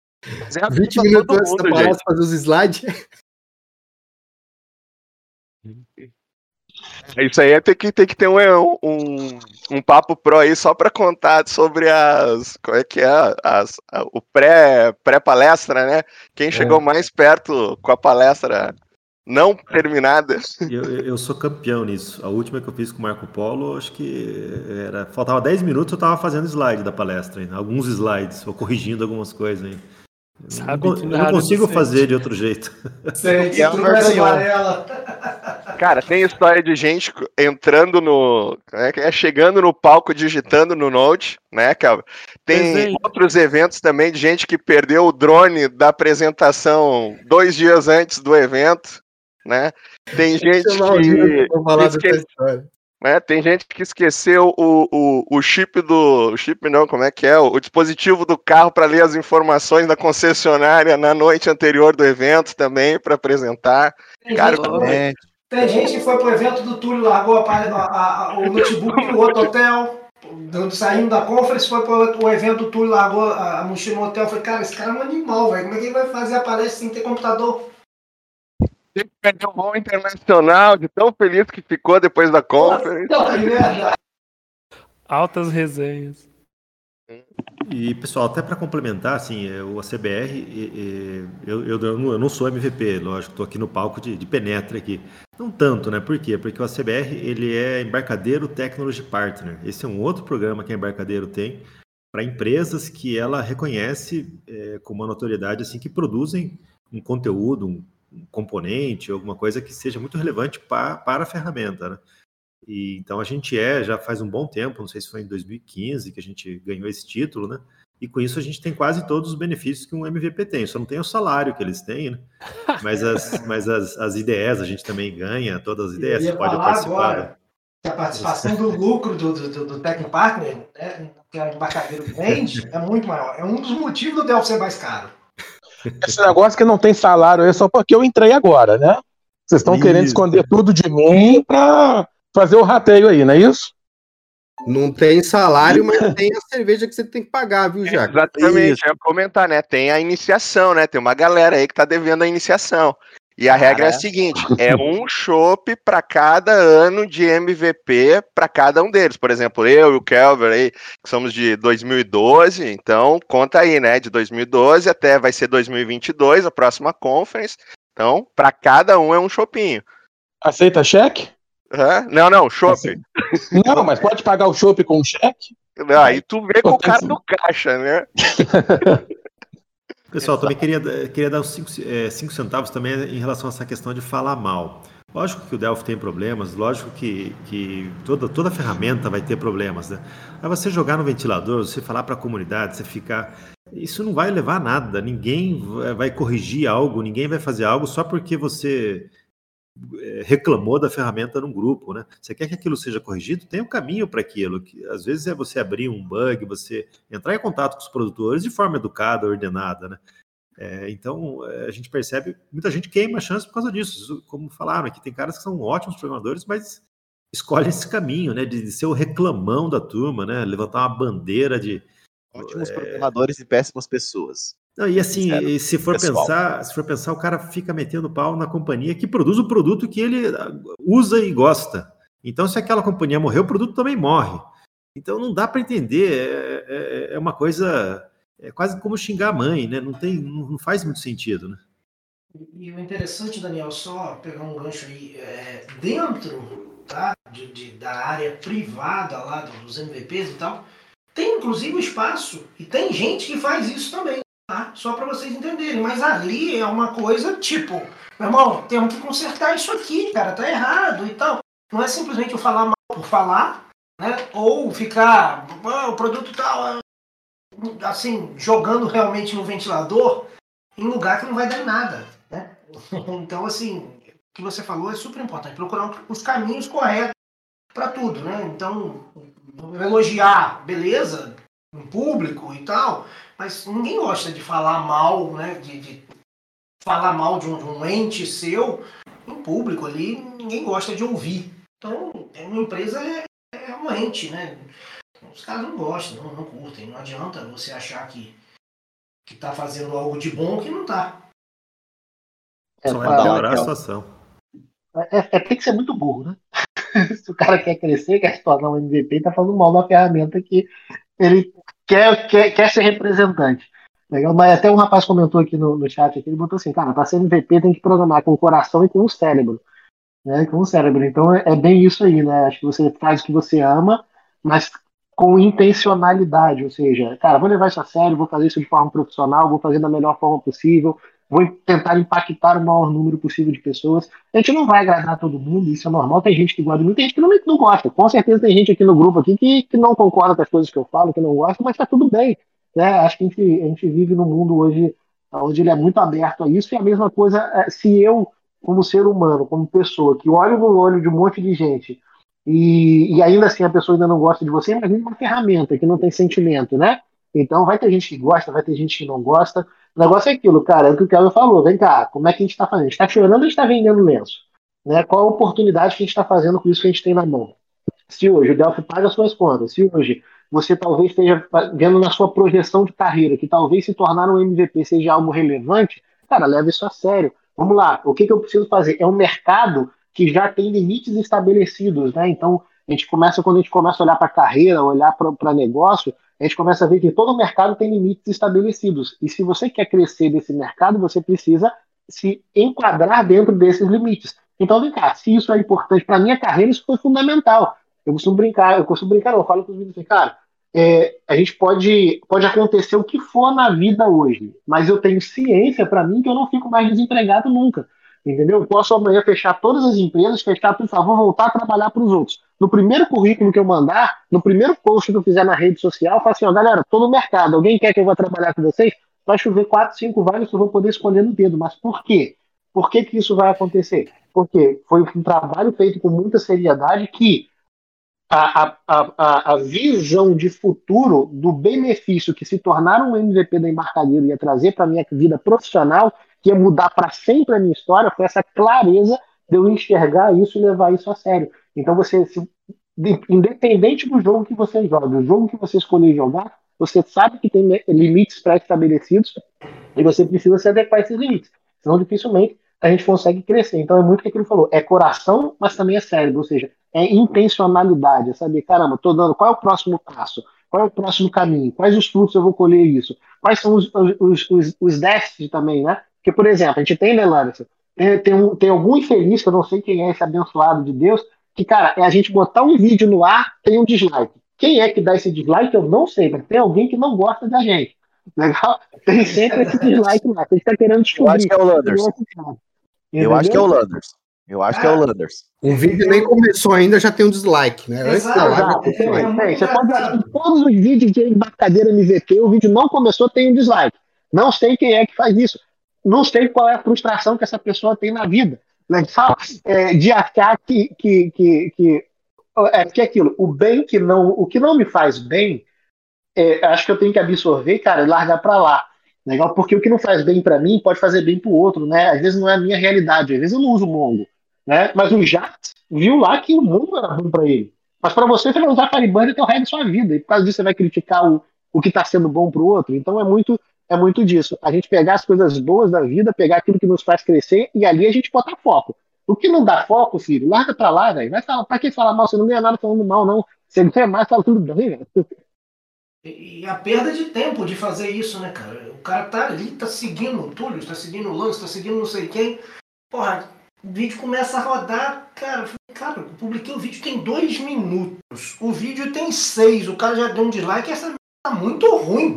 C: vinte minutos antes da palestra, fazer os slides.
G: Isso aí é ter que, ter que ter um, um, um papo pro aí só para contar sobre as. Como é que é? As, a, o pré, pré-palestra, né? Quem chegou
B: É.
G: mais perto com a palestra não terminada.
B: Eu, eu sou campeão nisso. A última que eu fiz com o Marco Polo, acho que era. Faltava dez minutos, eu estava fazendo slide da palestra ainda. Alguns slides, ou corrigindo algumas coisas ainda.
F: Sabe
B: eu
F: de
B: não,
F: nada,
B: eu não consigo
F: Vicente.
B: fazer de outro jeito.
D: Sente,
A: É uma
D: tudo mais
A: vergonha.
D: amarela.
G: Cara, tem história de gente entrando no. É, é, chegando no palco, digitando no Note, né, cara? Tem
F: Presente.
G: outros eventos também de gente que perdeu o drone da apresentação dois dias antes do evento, né? Tem gente que.
C: Vou falar dessa
G: esque-
C: história.
G: né, tem gente que esqueceu o, o, o chip do. O chip não, como é que é? O, o dispositivo do carro para ler as informações da concessionária na noite anterior do evento também, para apresentar.
D: Tem
G: Cara,
D: gente que foi-
A: É,
D: Tem gente que foi pro evento do Túlio, largou a, a- a- o notebook no outro hotel, saindo da conference, foi pro o evento do Túlio, largou a, a mochila no hotel. Eu falei, cara, esse cara é um animal, velho. Como é que ele vai fazer a palestra sem ter computador?
G: Ele perdeu o voo internacional, de tão feliz que ficou depois da conference.
D: Não, que merda.
F: Altas resenhas.
B: E, pessoal, até para complementar, assim, é, o A C B R, e- e- eu, eu, eu não- eu não sou M V P, lógico, estou aqui no palco de, de penetra aqui. Não tanto, né? Por quê? Porque o A C B R, ele é embarcadeiro Technology Partner. Esse é um outro programa que a embarcadeiro tem para empresas que ela reconhece é, com uma notoriedade, assim, que produzem um conteúdo, um, um componente, alguma coisa que seja muito relevante pa, para a ferramenta, né? E, então a gente é, já faz um bom tempo, não sei se foi em dois mil e quinze que a gente ganhou esse título, né? E com isso a gente tem quase todos os benefícios que um M V P tem, só não tem o salário que eles têm, né? Mas as, mas as, as ideias a gente também ganha, todas as
D: Eu
B: ideias,
D: ia
B: você pode
D: falar
B: participar.
D: agora que a participação do lucro do, do, do, do Tech Partner, né, que a embarcadeiro vende, é muito maior. É um dos motivos do Delphi ser mais caro.
J: Esse negócio que não tem salário é só porque eu entrei agora, né? Vocês estão querendo
B: Isso.
J: esconder tudo de mim para fazer o rateio aí, não é isso?
C: Não tem salário, mas tem a cerveja que você tem que pagar, viu, Jaco?
G: Exatamente,
A: Isso.
G: eu ia comentar, né? Tem a iniciação, né? Tem uma galera aí que tá devendo a iniciação. E a
A: Cara.
G: regra é a seguinte: é um chopp para cada ano de M V P para cada um deles. Por exemplo, eu e o Kelvin aí, que somos de dois mil e doze, então conta aí, né? De dois mil e doze até vai ser dois mil e vinte e dois, a próxima conference. Então, para cada um é um chopinho.
J: Aceita cheque?
G: Hã? Não, não, chopp.
J: Não, mas pode pagar o chopp com cheque?
G: Aí tu vê com o cara do caixa, né?
B: Pessoal, também queria, queria dar uns cinco centavos também em relação a essa questão de falar mal. Lógico que o Delphi tem problemas, lógico que, que toda, toda ferramenta vai ter problemas, né? Mas você jogar no ventilador, você falar para a comunidade, você ficar... Isso não vai levar a nada, ninguém vai corrigir algo, ninguém vai fazer algo só porque você reclamou da ferramenta num grupo, né? Você quer que aquilo seja corrigido? Tem um caminho para aquilo. Que, às vezes é você abrir um bug, você entrar em contato com os produtores de forma educada, ordenada, né? É, então, a gente percebe, muita gente queima a chance por causa disso. Isso, como falaram aqui, tem caras que são ótimos programadores, mas escolhem esse caminho, né? De, de ser o reclamão da turma, né? Levantar uma bandeira de...
A: Ótimos é... programadores e péssimas pessoas.
B: Não, e assim,
A: Sincero,
B: se for
A: pessoal.
B: pensar, se for pensar, o cara fica metendo pau na companhia que produz o produto que ele usa e gosta. Então, se aquela companhia morrer, o produto também morre. Então, não dá para entender. É, é, é uma coisa, é quase como xingar a mãe, né? Não tem, não faz muito sentido, né?
D: E o interessante, Daniel, só pegar um gancho aí, é, dentro, tá, de, de, da área privada lá dos M V Ps e tal, tem inclusive um espaço e tem gente que faz isso também. Tá? Só para vocês entenderem, mas ali é uma coisa tipo, meu irmão, temos que consertar isso aqui, cara, tá errado e tal. Não é simplesmente eu falar mal por falar, né? Ou ficar, ah, o produto tá assim, jogando realmente no ventilador em lugar que não vai dar em nada, né? Então, assim, o que você falou é super importante, procurar os caminhos corretos para tudo, né? Então, elogiar, beleza, em público e tal, mas ninguém gosta de falar mal, né, de, de falar mal de um, de um ente seu em público ali, ninguém gosta de ouvir. Então, uma empresa é, é um ente, né? Os caras não gostam, não, não curtem, não adianta você achar que que tá fazendo algo de bom que não tá.
B: Só vai piorar a situação.
E: É, é, tem que ser muito burro, né? Se o cara quer crescer, quer se tornar um M V P, ele tá falando mal da ferramenta que ele quer, quer, quer ser representante. Legal? Mas até um rapaz comentou aqui no, no chat, aqui, ele botou assim, cara, para ser M V P tem que programar com o coração e com o cérebro. Né? Com o cérebro. Então é, é bem isso aí, né? Acho que você faz o que você ama, mas com intencionalidade, ou seja, cara, vou levar isso a sério, vou fazer isso de forma profissional, vou fazer da melhor forma possível, vou tentar impactar o maior número possível de pessoas. A gente não vai agradar todo mundo, isso é normal, tem gente que gosta de mim, tem gente que não, não gosta. Com certeza tem gente aqui no grupo aqui que, que não concorda com as coisas que eu falo, que não gosta, mas tá tudo bem. Né? Acho que a gente, a gente vive num mundo hoje onde ele é muito aberto a isso, e a mesma coisa, é, se eu, como ser humano, como pessoa, que olho no olho de um monte de gente, e, e ainda assim a pessoa ainda não gosta de você, imagina uma ferramenta que não tem sentimento, né? Então vai ter gente que gosta, vai ter gente que não gosta. O negócio é aquilo, cara, é o que o Kevin falou. Vem cá, como é que a gente está fazendo? A gente está chorando ou a gente está vendendo lenço? Né? Qual a oportunidade que a gente está fazendo com isso que a gente tem na mão? Se hoje o Delphi paga as suas contas, se hoje você talvez esteja vendo na sua projeção de carreira que talvez se tornar um M V P seja algo relevante, cara, leva isso a sério. Vamos lá, o que, que eu preciso fazer? É um mercado que já tem limites estabelecidos, né? Então, a gente começa, quando a gente começa a olhar para a carreira, olhar para negócio, a gente começa a ver que todo mercado tem limites estabelecidos. E se você quer crescer nesse mercado, você precisa se enquadrar dentro desses limites. Então, vem cá, se isso é importante para a minha carreira, isso foi fundamental. Eu costumo brincar, eu costumo brincar, não, eu falo com os meninos assim, cara, é, a gente pode, pode acontecer o que for na vida hoje, mas eu tenho ciência para mim que eu não fico mais desempregado nunca. Entendeu? Eu posso amanhã fechar todas as empresas, fechar, por favor, voltar a trabalhar para os outros. No primeiro currículo que eu mandar, no primeiro post que eu fizer na rede social, eu falo assim, ó, galera, tô no mercado, alguém quer que eu vá trabalhar com vocês? Vai chover quatro, cinco vagas que eu vou poder escolher no dedo. Mas por quê? Por que que isso vai acontecer? Porque foi um trabalho feito com muita seriedade que a, a, a, a visão de futuro do benefício que se tornar um M V P da Embarcadero ia trazer para a minha vida profissional, que ia mudar para sempre a minha história, foi essa clareza de eu enxergar isso e levar isso a sério. Então, você, se, independente do jogo que você joga, o jogo que você escolher jogar, você sabe que tem limites pré-estabelecidos e você precisa se adequar a esses limites. Senão, dificilmente, a gente consegue crescer. Então, é muito o que ele falou. É coração, mas também é cérebro. Ou seja, é intencionalidade. É saber, caramba, estou dando, qual é o próximo passo? Qual é o próximo caminho? Quais os frutos eu vou colher isso? Quais são os, os, os, os déficits também, né? Porque, por exemplo, a gente tem, né, Larissa? Tem, tem, um, tem algum infeliz, que eu não sei quem é esse abençoado de Deus, que, cara, é a gente botar um vídeo no ar, tem um dislike. Quem é que dá esse dislike, eu não sei, mas tem alguém que não gosta da gente. Legal? Tem sempre esse dislike lá, que a gente tá querendo descobrir.
A: Eu acho que é o Landers. Eu acho que é o Landers. Eu acho que é o Landers.
C: O vídeo nem começou ainda, já tem um dislike, né? Antes da live,
E: Exato, tem, tem. Você pode assistir todos os vídeos de Embarcadero M V P, o vídeo não começou, tem um dislike. Não sei quem é que faz isso. Não sei qual é a frustração que essa pessoa tem na vida. Legal? É, de achar que, que, que, que é que aquilo, o bem que não, o que não me faz bem, é, acho que eu tenho que absorver, cara, e largar pra lá. Legal? Porque o que não faz bem pra mim pode fazer bem pro outro, né? Às vezes não é a minha realidade, às vezes eu não uso o Mongo, né? Mas o Jax viu lá que o mundo era ruim pra ele. Mas pra você, você vai usar Firebird até o resto da sua vida. E por causa disso você vai criticar o, o que tá sendo bom pro outro. Então é muito, é muito disso. A gente pegar as coisas boas da vida, pegar aquilo que nos faz crescer e ali a gente botar foco. O que não dá foco, filho, larga pra lá, velho. Vai falar, pra que falar mal? Você não ganha nada falando mal, não. Você ganha mais, fala tudo bem, velho.
D: E a perda de tempo de fazer isso, né, cara? O cara tá ali, tá seguindo o Túlio, tá seguindo o Lance, tá seguindo não sei quem. Porra, o vídeo começa a rodar, cara. Cara, eu publiquei o vídeo tem dois minutos. O vídeo tem seis. O cara já deu um dislike e essa tá muito ruim.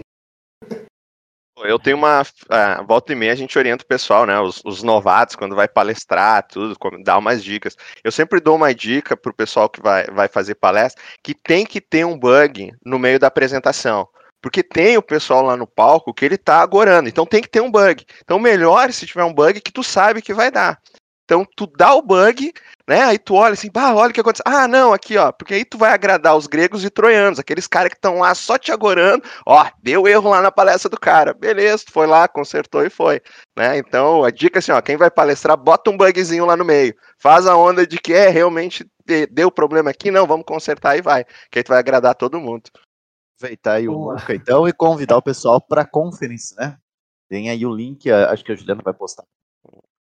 G: Eu tenho uma. Uh, volta e meia a gente orienta o pessoal, né? Os, os novatos, quando vai palestrar, tudo, dá umas dicas. Eu sempre dou uma dica pro pessoal que vai, vai fazer palestra, que tem que ter um bug no meio da apresentação. Porque tem o pessoal lá no palco que ele tá agorando, então tem que ter um bug. Então melhor se tiver um bug que tu sabe que vai dar. Então tu dá o bug, né? Aí tu olha assim, bah, olha o que aconteceu. Ah, não, aqui, ó, porque aí tu vai agradar os gregos e troianos, aqueles caras que estão lá só te agorando. Ó, deu erro lá na palestra do cara. Beleza, tu foi lá, consertou e foi, né? Então, a dica é assim, ó, quem vai palestrar, bota um bugzinho lá no meio. Faz a onda de que é, realmente deu problema aqui, não, vamos consertar e vai. Que aí tu vai agradar todo mundo.
A: Aproveitar aí o Luca, então, e convidar o pessoal para a conferência, né? Tem aí o link, acho que a Juliana vai postar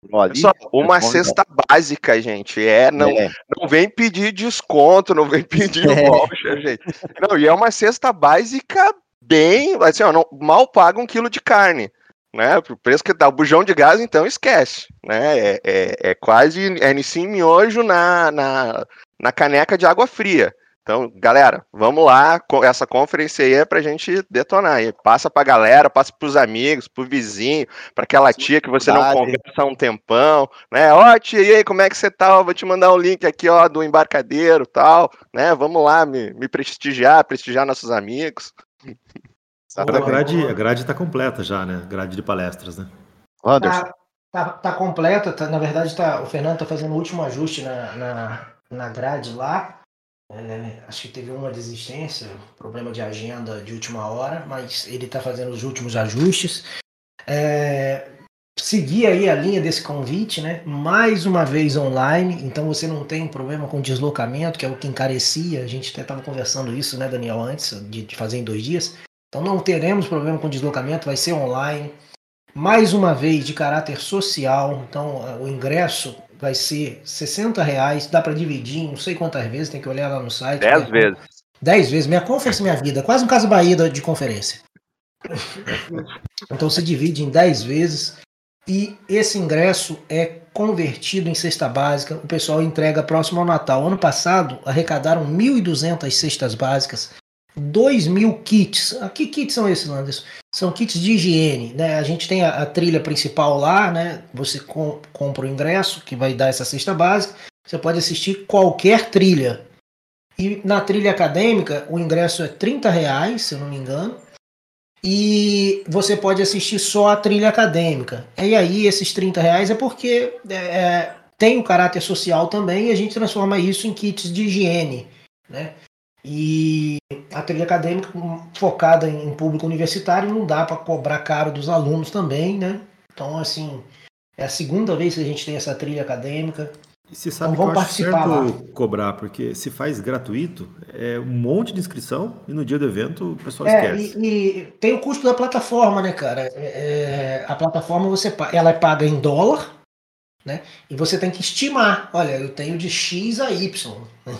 A: Ali,
G: Pessoal, uma cesta básica, gente. É, não,
A: É.
G: não vem pedir desconto, não vem pedir
A: É.
G: voucher, gente. Não, e é uma cesta básica bem. Assim, ó, não, mal paga um quilo de carne. Né? O preço que dá o bujão de gás, então esquece. Né? É, é, é quase é sim miojo na, na, na caneca de água fria. Então, galera, vamos lá, essa conferência aí é pra gente detonar aí. Passa pra galera, passa pros amigos, pro vizinho, pra aquela tia que você não conversa há um tempão, né? Ó, tia, e aí, como é que você tá? Eu vou te mandar um link aqui, ó, do embarcadeiro e tal, né? Vamos lá me, me prestigiar, prestigiar nossos amigos.
B: A grade, a grade tá completa já, né? Grade de palestras, né?
D: Tá, tá, tá completa, tá, na verdade, tá, o Fernando tá fazendo o último ajuste na, na, na grade lá. É, acho que teve uma desistência, problema de agenda de última hora, mas ele está fazendo os últimos ajustes. É, seguir aí a linha desse convite, né? Mais uma vez online, então você não tem problema com deslocamento, que é o que encarecia. A gente até estava conversando isso, né, Daniel, antes de, de fazer em dois dias. Então não teremos problema com deslocamento, vai ser online. Mais uma vez de caráter social, então o ingresso vai ser sessenta reais, dá para dividir, não sei quantas vezes, tem que olhar lá no site.
G: dez vezes.
D: dez vezes, minha conferência, minha vida, quase um Casa Bahia de conferência. Então se divide em dez vezes e esse ingresso é convertido em cesta básica, o pessoal entrega próximo ao Natal. Ano passado arrecadaram mil e duzentas cestas básicas, dois mil kits. Ah, que kits são esses, Anderson? São kits de higiene, né? A gente tem a, a trilha principal lá, né? Você com, compra o ingresso que vai dar essa cesta básica. Você pode assistir qualquer trilha. E na trilha acadêmica o ingresso é trinta reais, se eu não me engano. E você pode assistir só a trilha acadêmica. E aí esses trinta reais é porque é, tem o caráter social também e a gente transforma isso em kits de higiene, né? E a trilha acadêmica focada em público universitário não dá para cobrar caro dos alunos também, né? Então, assim, é a segunda vez que a gente tem essa trilha acadêmica.
B: E você sabe
D: então,
B: que eu acho certo
D: lá.
B: cobrar, porque se faz gratuito, é um monte de inscrição e no dia do evento o pessoal
D: é,
B: esquece.
D: E, e tem o custo da plataforma, né, cara? É, é, a plataforma, você, ela é paga em dólar, né? E você tem que estimar. Olha, eu tenho de X a Y.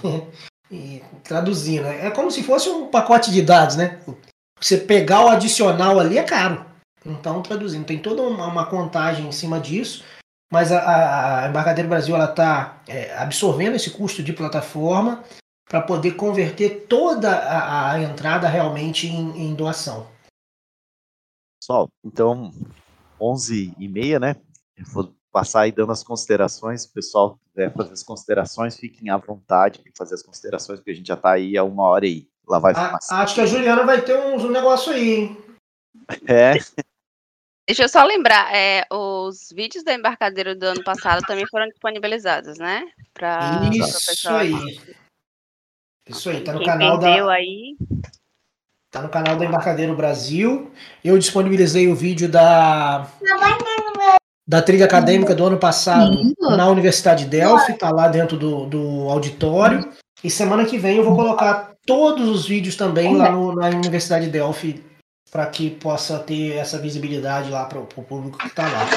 D: E traduzindo, é como se fosse um pacote de dados, né? Você pegar o adicional ali é caro. Então, traduzindo, tem toda uma, uma contagem em cima disso, mas a, a Embarcadeiro Brasil ela está é, absorvendo esse custo de plataforma para poder converter toda a, a entrada realmente em, em doação.
A: Pessoal, então, onze e meia, né? Eu vou passar aí dando as considerações. O pessoal quiser fazer as considerações, fiquem à vontade para fazer as considerações, porque a gente já está aí há uma hora aí. Lá vai
D: a, acho que a Juliana vai ter uns, um negócio aí, hein?
A: É.
H: Deixa eu só lembrar, é, os vídeos da Embarcadeiro do ano passado também foram disponibilizados, né? Pra,
D: Isso
H: pra
D: aí. Isso aí, tá no
H: Quem
D: canal
H: perdeu
D: da...
H: aí...
D: Tá no canal da Embarcadeiro Brasil. Eu disponibilizei o vídeo da... da trilha acadêmica do ano passado na Universidade de Delphi, tá lá dentro do, do auditório. E semana que vem eu vou colocar todos os vídeos também lá no, na Universidade de Delphi, para que possa ter essa visibilidade lá para o público que está lá.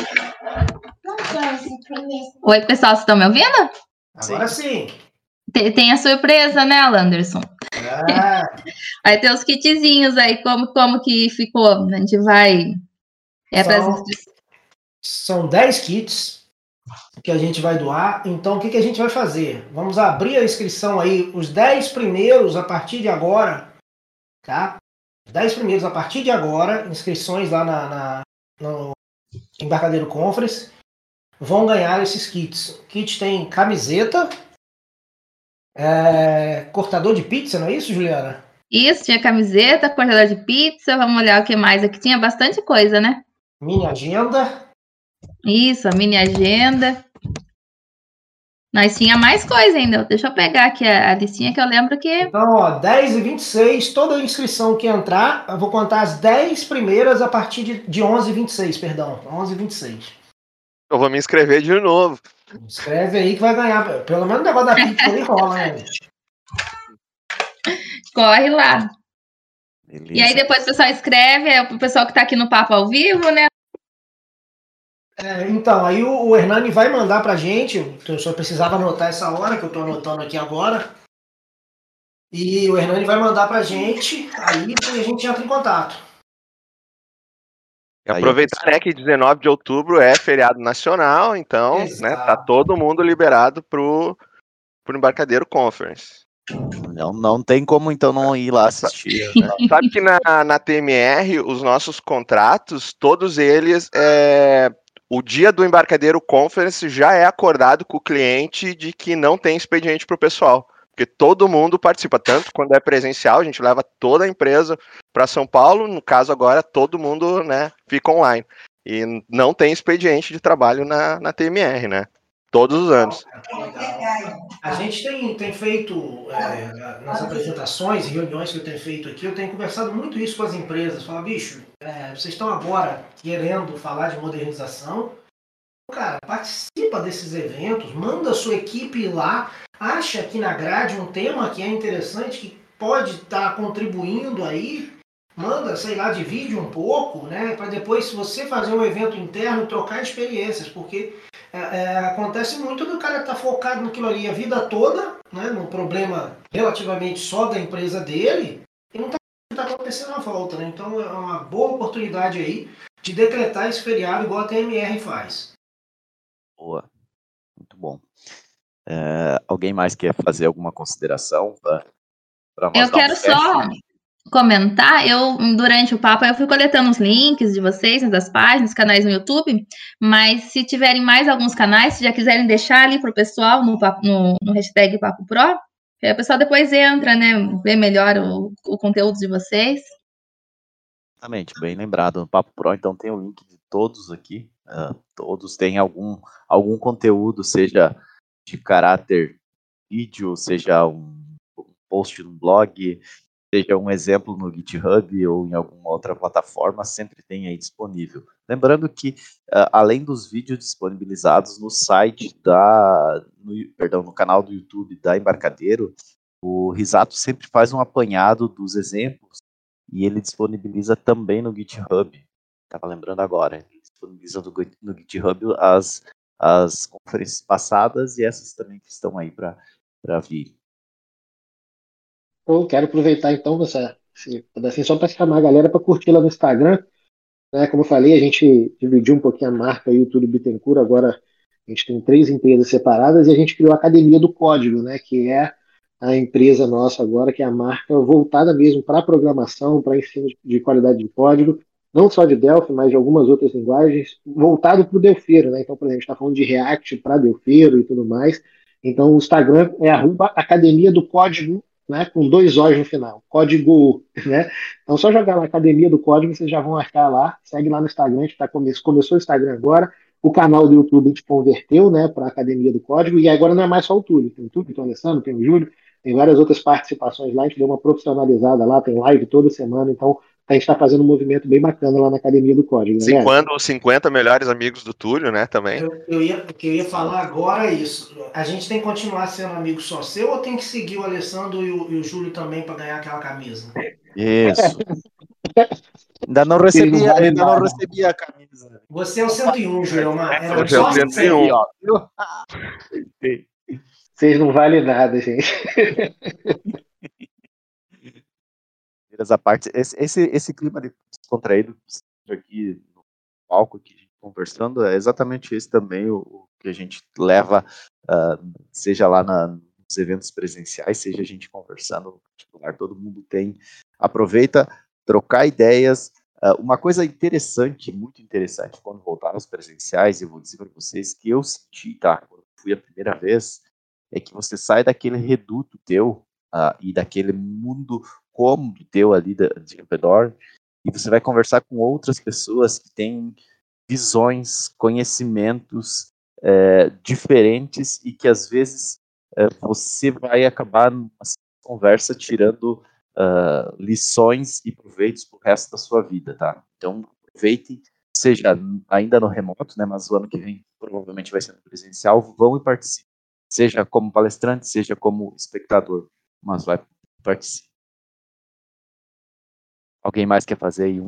K: Oi, pessoal, vocês estão me ouvindo?
D: Agora sim.
K: Tem, tem a surpresa, né, Landerson?
D: É.
K: Vai ter os kitzinhos aí, como, como que ficou? A gente vai... É
D: São,
K: pra...
D: são dez kits que a gente vai doar. Então, o que, que a gente vai fazer? Vamos abrir a inscrição aí, os dez primeiros a partir de agora, tá? Os dez primeiros a partir de agora, inscrições lá na, na, no Embarcadeiro Conference, vão ganhar esses kits. O kit tem camiseta, é, cortador de pizza, não é isso, Juliana?
K: Isso, tinha camiseta, cortador de pizza, vamos olhar o que mais aqui. Tinha bastante coisa, né?
D: Mini agenda.
K: Isso, a mini agenda. Nós tinha mais coisa ainda. Deixa eu pegar aqui a, a listinha que eu lembro que...
D: Então, ó, dez e vinte e seis, toda inscrição que entrar, eu vou contar as dez primeiras a partir de, de onze e vinte e seis, perdão. onze e vinte e seis.
G: Eu vou me inscrever de novo.
D: Escreve aí que vai ganhar. Pelo menos o negócio da pizza ele rola, né, gente?
K: Corre lá.
A: Beleza.
K: E aí depois o pessoal escreve, é o pessoal que tá aqui no papo ao vivo, né?
D: É, então, aí o, o Hernani vai mandar pra gente, eu só precisava anotar essa hora, que eu tô anotando aqui agora. E o Hernani vai mandar pra gente, aí a gente entra em contato.
G: E aproveitar, né, que dezenove de outubro é feriado nacional, então,
D: Exato.
G: né, tá todo mundo liberado pro, pro Embarcadero Conference.
A: Não, não tem como, então, não ir lá assistir. Né?
G: Sabe que na, na T M R, os nossos contratos, todos eles, é, o dia do Embarcadero Conference já é acordado com o cliente de que não tem expediente para o pessoal. Porque todo mundo participa, tanto quando é presencial, a gente leva toda a empresa para São Paulo, no caso agora, todo mundo, né, fica online. E não tem expediente de trabalho na, na T M R, né? Todos os anos.
D: A gente tem, tem feito, é, nas apresentações e reuniões que eu tenho feito aqui, eu tenho conversado muito isso com as empresas. Fala, bicho, é, vocês estão agora querendo falar de modernização, cara, participa desses eventos, manda a sua equipe lá, acha aqui na grade um tema que é interessante, que pode estar tá contribuindo aí, manda, sei lá, divide um pouco, né, para depois, se você fazer um evento interno, trocar experiências, porque é, é, acontece muito do cara estar tá focado naquilo ali a vida toda, né, num problema relativamente só da empresa dele, e não está tá acontecendo na volta, né, então é uma boa oportunidade aí de decretar esse feriado igual a T M R faz.
A: Boa, muito bom. É, alguém mais quer fazer alguma consideração para nós
K: Eu
A: dar um
K: quero
A: fecho?
K: só comentar, eu durante o papo eu fui coletando os links de vocês, das páginas, canais no YouTube, mas se tiverem mais alguns canais, se já quiserem deixar ali para o pessoal no, no, no hashtag Papo Pro, aí o pessoal depois entra, né, vê melhor o, o conteúdo de vocês.
A: Exatamente, bem lembrado. No Papo Pro, então, tem o link de todos aqui. Uh, todos têm algum, algum conteúdo, seja de caráter vídeo, seja um, um post no blog, seja um exemplo no GitHub ou em alguma outra plataforma, sempre tem aí disponível. Lembrando que, uh, além dos vídeos disponibilizados no site da, no, perdão, no canal do YouTube da Embarcadero, o Risato sempre faz um apanhado dos exemplos e ele disponibiliza também no GitHub. Estava lembrando agora, ele disponibiliza no, no GitHub as, as conferências passadas e essas também que estão aí para vir.
E: Eu quero aproveitar então, você, se assim, só para chamar a galera para curtir lá no Instagram. Né? Como eu falei, a gente dividiu um pouquinho a marca YouTube Bittencourt, agora a gente tem três empresas separadas e a gente criou a Academia do Código, né? Que é a empresa nossa agora, que é a marca voltada mesmo para programação, para ensino de qualidade de código, não só de Delphi, mas de algumas outras linguagens, voltado para o Delfeiro, né? Então, por exemplo, a gente está falando de React para Delfeiro e tudo mais. Então, o Instagram é arroba Academia do Código, né? Com dois O's no final, código, né? Então, só jogar na Academia do Código, vocês já vão achar lá. Segue lá no Instagram, a gente tá come... começou o Instagram agora. O canal do YouTube a gente converteu, né, para a Academia do Código. E agora não é mais só o Túlio. Tem o Túlio, tem o Alessandro, tem o Júlio, tem várias outras participações lá. A gente deu uma profissionalizada lá, tem live toda semana. Então, a gente está fazendo um movimento bem bacana lá na Academia do Código. Né,
G: cinquenta, os cinquenta melhores amigos do Túlio, né, também.
D: Eu, eu, ia, eu ia falar agora isso. A gente tem que continuar sendo amigo só seu ou tem que seguir o Alessandro e o, e o Júlio também para ganhar aquela camisa?
A: Isso. Ainda não recebi, ainda não recebi a camisa.
D: Você é o cento e um, Júlio. Era
G: Você é o cento e um.
E: Vocês não valem nada, gente.
A: Essa parte, esse, esse, esse clima de descontraído aqui no palco que a gente conversando é exatamente esse também o, o que a gente leva, uh, seja lá na, nos eventos presenciais, seja a gente conversando no particular, todo mundo tem, aproveita, trocar ideias. Uh, uma coisa interessante, muito interessante, quando voltar aos presenciais, eu vou dizer para vocês que eu senti, tá, quando fui a primeira vez, é que você sai daquele reduto teu uh, e daquele mundo cômodo teu ali de, de redor, e você vai conversar com outras pessoas que têm visões, conhecimentos é, diferentes e que às vezes é, você vai acabar numa conversa tirando uh, lições e proveitos pro resto da sua vida, tá? Então aproveite, seja ainda no remoto, né, mas o ano que vem provavelmente vai ser no presencial, vão e participem, seja como palestrante, seja como espectador, mas vai participar. Alguém mais quer fazer aí um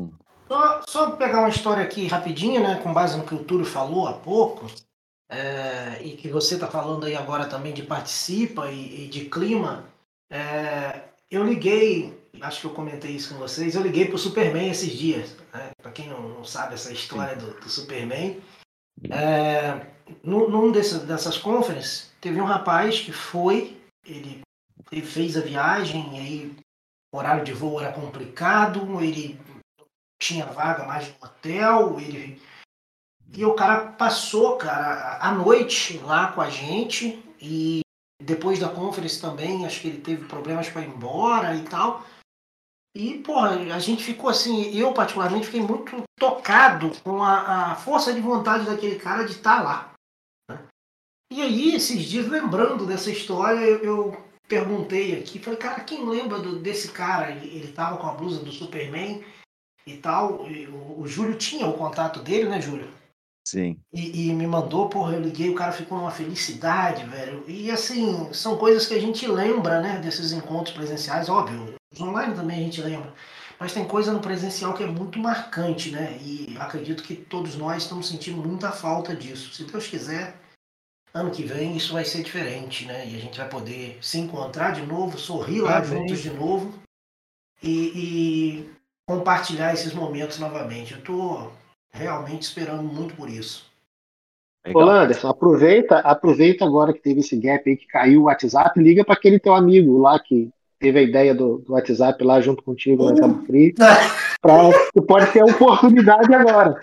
D: Só, só pegar uma história aqui rapidinho, né, com base no que o Túlio falou há pouco, é, e que você está falando aí agora também de participa e, e de clima. É, eu liguei, acho que eu comentei isso com vocês, eu liguei pro Superman esses dias, né? Para quem não, não sabe essa história do, do Superman. É, num, num desses, dessas conferences, teve um rapaz que foi, ele, ele fez a viagem, e aí o horário de voo era complicado, ele tinha vaga mais no hotel, ele... E o cara passou, cara, a noite lá com a gente, e depois da conference também, acho que ele teve problemas para ir embora e tal. E, porra, a gente ficou assim, eu particularmente fiquei muito tocado com a, a força de vontade daquele cara de estar lá. Né? E aí, esses dias, lembrando dessa história, eu, eu perguntei aqui, falei, cara, quem lembra do, desse cara? Ele, ele tava com a blusa do Superman e tal. E o, o Júlio tinha o contato dele, né, Júlio?
A: Sim.
D: E, e me mandou, porra, eu liguei, o cara ficou numa felicidade, velho. E assim, são coisas que a gente lembra, né, desses encontros presenciais, óbvio. Os online também a gente lembra. Mas tem coisa no presencial que é muito marcante, né? E acredito que todos nós estamos sentindo muita falta disso. Se Deus quiser, ano que vem isso vai ser diferente, né? E a gente vai poder se encontrar de novo, sorrir lá
I: Amém.
D: juntos de novo e, e compartilhar esses momentos novamente. Eu tô realmente esperando muito por isso.
E: Ô, Landerson, aproveita, aproveita agora que teve esse gap aí, que caiu o WhatsApp, liga para aquele teu amigo lá que teve a ideia do, do WhatsApp lá junto contigo lá em Cabo Frio. Pra, pode ter a oportunidade agora.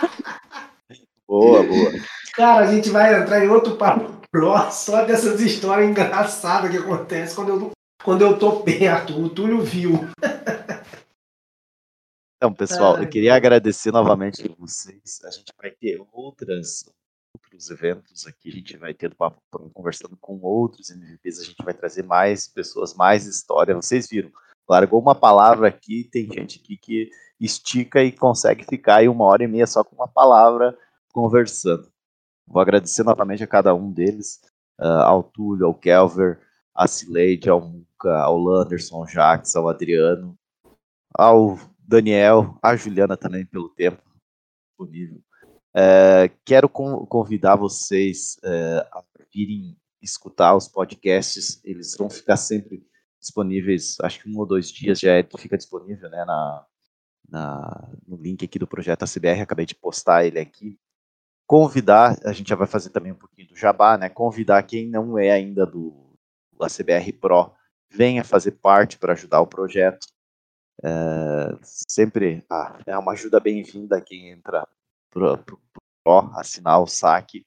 A: Boa, boa.
D: Cara, a gente vai entrar em outro papo pro só dessas histórias engraçadas que acontecem quando eu, quando eu tô perto. O Túlio viu.
A: Então, pessoal,
D: Ai,
A: eu queria agradecer novamente a vocês. A gente vai ter outras, outros eventos aqui, a gente vai ter do Papo Pro conversando com outros M V Ps, a gente vai trazer mais pessoas, mais história. Vocês viram, largou uma palavra aqui, tem gente aqui que estica e consegue ficar aí uma hora e meia só com uma palavra conversando. Vou agradecer novamente a cada um deles, uh, ao Túlio, ao Kelver, a Cileide, ao Muca, ao Landerson, ao Jax, ao Adriano, ao Daniel, a Juliana também pelo tempo disponível. É, quero con- convidar vocês é, a virem escutar os podcasts, eles vão ficar sempre disponíveis, acho que um ou dois dias já é, fica disponível, né, na, na, no link aqui do Projeto A C B R, acabei de postar ele aqui. Convidar, a gente já vai fazer também um pouquinho do jabá, né, convidar quem não é ainda do, do A C B R Pro, venha fazer parte para ajudar o projeto. É, sempre ah, é uma ajuda bem-vinda quem entra para o assinar o saque.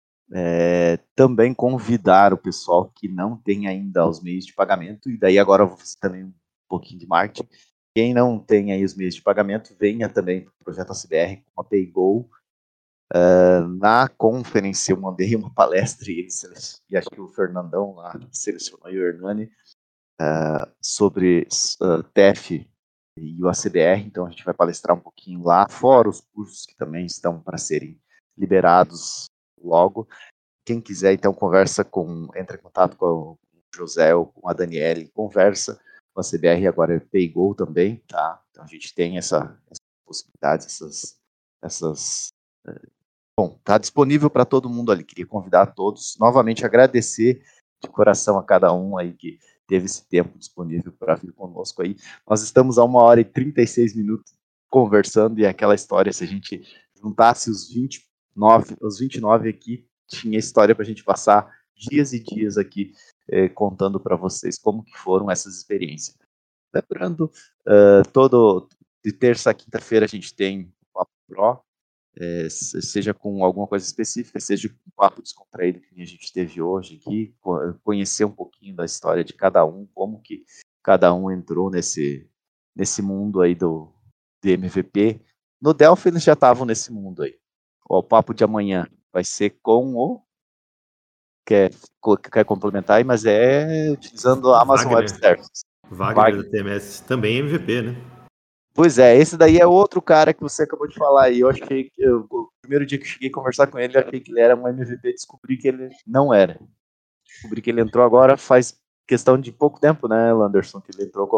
A: É, também convidar o pessoal que não tem ainda os meios de pagamento, e daí agora eu vou fazer também um pouquinho de marketing. Quem não tem aí os meios de pagamento, venha também para o Projeto A C B R com a PayGo. Uh, na conferência eu mandei uma palestra e, eles, e acho que o Fernandão lá selecionou e o Hernani uh, sobre uh, T E F e o A C B R, então a gente vai palestrar um pouquinho lá, fora os cursos que também estão para serem liberados logo. Quem quiser, então, conversa com, entra em contato com o José ou com a Daniele, conversa com a C B R, agora é PayGo também, tá? Então a gente tem essa, essa possibilidade, essas, essas bom, tá disponível para todo mundo ali, queria convidar a todos, novamente agradecer de coração a cada um aí que teve esse tempo disponível para vir conosco aí. Nós estamos a uma hora e trinta e seis minutos conversando, e aquela história, se a gente juntasse os vinte e nove, os vinte e nove aqui, tinha história para a gente passar dias e dias aqui eh, contando para vocês como que foram essas experiências. Lembrando, uh, todo, de terça a quinta-feira a gente tem o Papo Pro, é, seja com alguma coisa específica, seja com um papo descontraído que a gente teve hoje aqui, conhecer um pouquinho da história de cada um, como que cada um entrou nesse, nesse mundo aí do, do M V P. No Delphi eles já estavam nesse mundo aí. O papo de amanhã vai ser com o... Quer, quer complementar aí, mas é utilizando a Amazon
B: Wagner.
A: Web Services.
B: Wagner,
A: Wagner
B: da T M S, também M V P, né?
A: Pois é, esse daí é outro cara que você acabou de falar aí. Eu achei que eu, o primeiro dia que eu cheguei a conversar com ele, eu achei que ele era um M V P, descobri que ele não era. Descobri que ele entrou agora faz questão de pouco tempo, né, Landerson? Que ele entrou como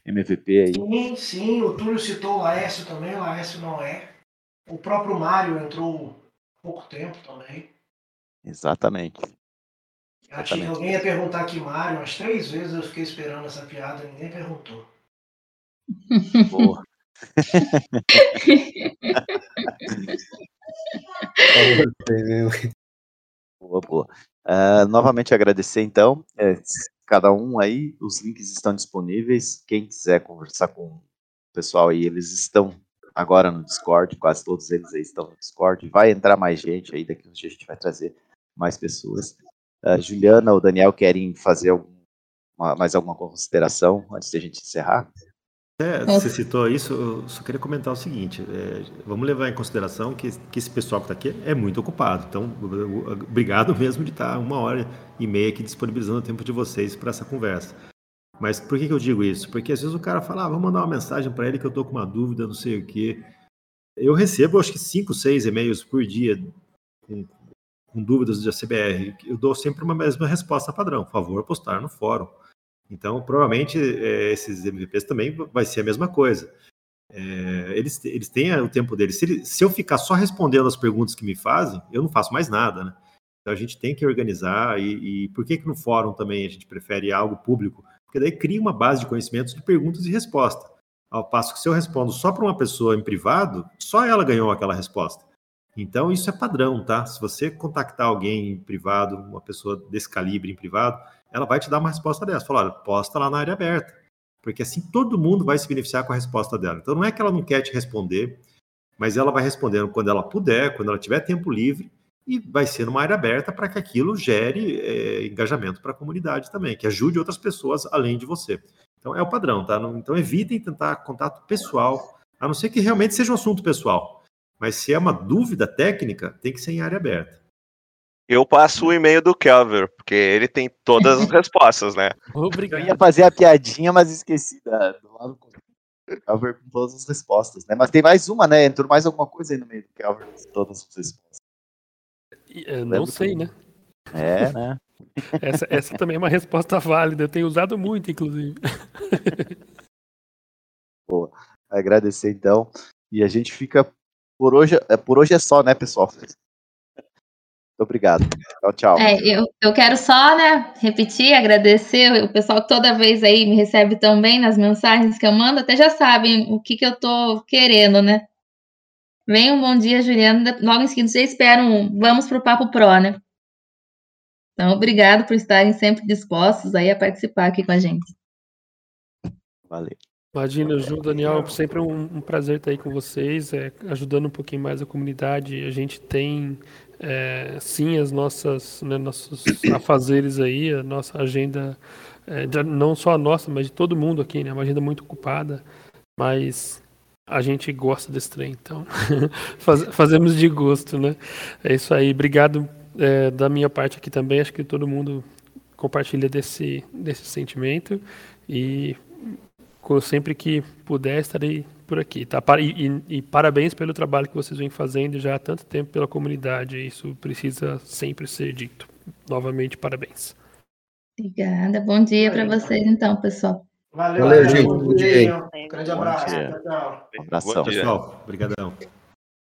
A: M V P aí.
D: Sim, sim, o Túlio citou o Laércio também, o Laércio não é. O próprio Mário entrou há pouco tempo também.
A: Exatamente.
D: Exatamente. Alguém ia perguntar aqui, Mário, umas três vezes eu fiquei esperando essa piada, ninguém perguntou.
A: Boa. Boa, boa. Uh, novamente agradecer, então, é, cada um aí, os links estão disponíveis, quem quiser conversar com o pessoal aí, eles estão agora no Discord, quase todos eles aí estão no Discord, vai entrar mais gente aí, daqui uns dias a gente vai trazer mais pessoas. Uh, Juliana ou Daniel querem fazer algum, uma, mais alguma consideração antes de a gente encerrar?
B: É, você citou isso, eu só queria comentar o seguinte, é, vamos levar em consideração que, que esse pessoal que está aqui é muito ocupado, então obrigado mesmo de estar uma hora e meia aqui disponibilizando o tempo de vocês para essa conversa. Mas por que, que eu digo isso? Porque às vezes o cara fala, ah, vou mandar uma mensagem para ele que eu estou com uma dúvida, não sei o quê. Eu recebo acho que cinco, seis e-mails por dia com, com dúvidas da C B R, eu dou sempre uma mesma resposta padrão, por favor, postar no fórum. Então, provavelmente, é, esses M V Ps também vai ser a mesma coisa. É, eles, eles têm o tempo deles. Se, ele, se eu ficar só respondendo as perguntas que me fazem, eu não faço mais nada, né? Então, a gente tem que organizar. E, e por que que no fórum também a gente prefere algo público? Porque daí cria uma base de conhecimentos de perguntas e respostas. Ao passo que se eu respondo só para uma pessoa em privado, só ela ganhou aquela resposta. Então, isso é padrão, tá? Se você contactar alguém em privado, uma pessoa desse calibre em privado, ela vai te dar uma resposta dessa. Fala, olha, posta lá na área aberta. Porque assim todo mundo vai se beneficiar com a resposta dela. Então não é que ela não quer te responder, mas ela vai respondendo quando ela puder, quando ela tiver tempo livre, e vai ser numa área aberta para que aquilo gere é, engajamento para a comunidade também, que ajude outras pessoas além de você. Então é o padrão, tá? Então evitem tentar contato pessoal, a não ser que realmente seja um assunto pessoal. Mas se é uma dúvida técnica, tem que ser em área aberta.
G: Eu passo o e-mail do Kelver, porque ele tem todas as respostas, né?
A: Obrigado. Eu ia fazer a piadinha, mas esqueci da, do lado do Kelver com todas as respostas, né? Mas tem mais uma, né? Entrou mais alguma coisa aí no meio do Kelver com todas as respostas.
F: Eu não sei, né?
A: É, né?
F: Essa, essa também é uma resposta válida, eu tenho usado muito, inclusive.
A: Boa. Agradecer, então. E a gente fica... Por hoje, por hoje é só, né, pessoal? Muito obrigado. Tchau, tchau.
K: É, eu, eu quero só, né, repetir, agradecer. O pessoal toda vez aí me recebe tão bem nas mensagens que eu mando, até já sabem o que, que eu tô querendo, né? Vem um bom dia, Juliana. Logo em seguida, vocês esperam um vamos pro Papo Pro, né? Então, obrigado por estarem sempre dispostos aí a participar aqui com a gente.
A: Valeu.
F: Imagina, Ju, Daniel, sempre um, um prazer estar aí com vocês, é, ajudando um pouquinho mais a comunidade. A gente tem, é, sim, as nossas, né, nossos afazeres aí, a nossa agenda, é, de, não só a nossa, mas de todo mundo aqui, né? Uma agenda muito ocupada, mas a gente gosta desse trem, então faz, fazemos de gosto, né? É isso aí, obrigado é, da minha parte aqui também, acho que todo mundo compartilha desse, desse sentimento e... sempre que puder, estarei por aqui, tá? E, e, e parabéns pelo trabalho que vocês vêm fazendo já há tanto tempo pela comunidade. Isso precisa sempre ser dito. Novamente, parabéns.
K: Obrigada. Bom dia para vocês, então, pessoal.
D: Valeu,
C: Valeu, gente.
D: Bom dia. Grande abraço. Tchau, tchau.
A: Um abração.
B: Pessoal, obrigadão.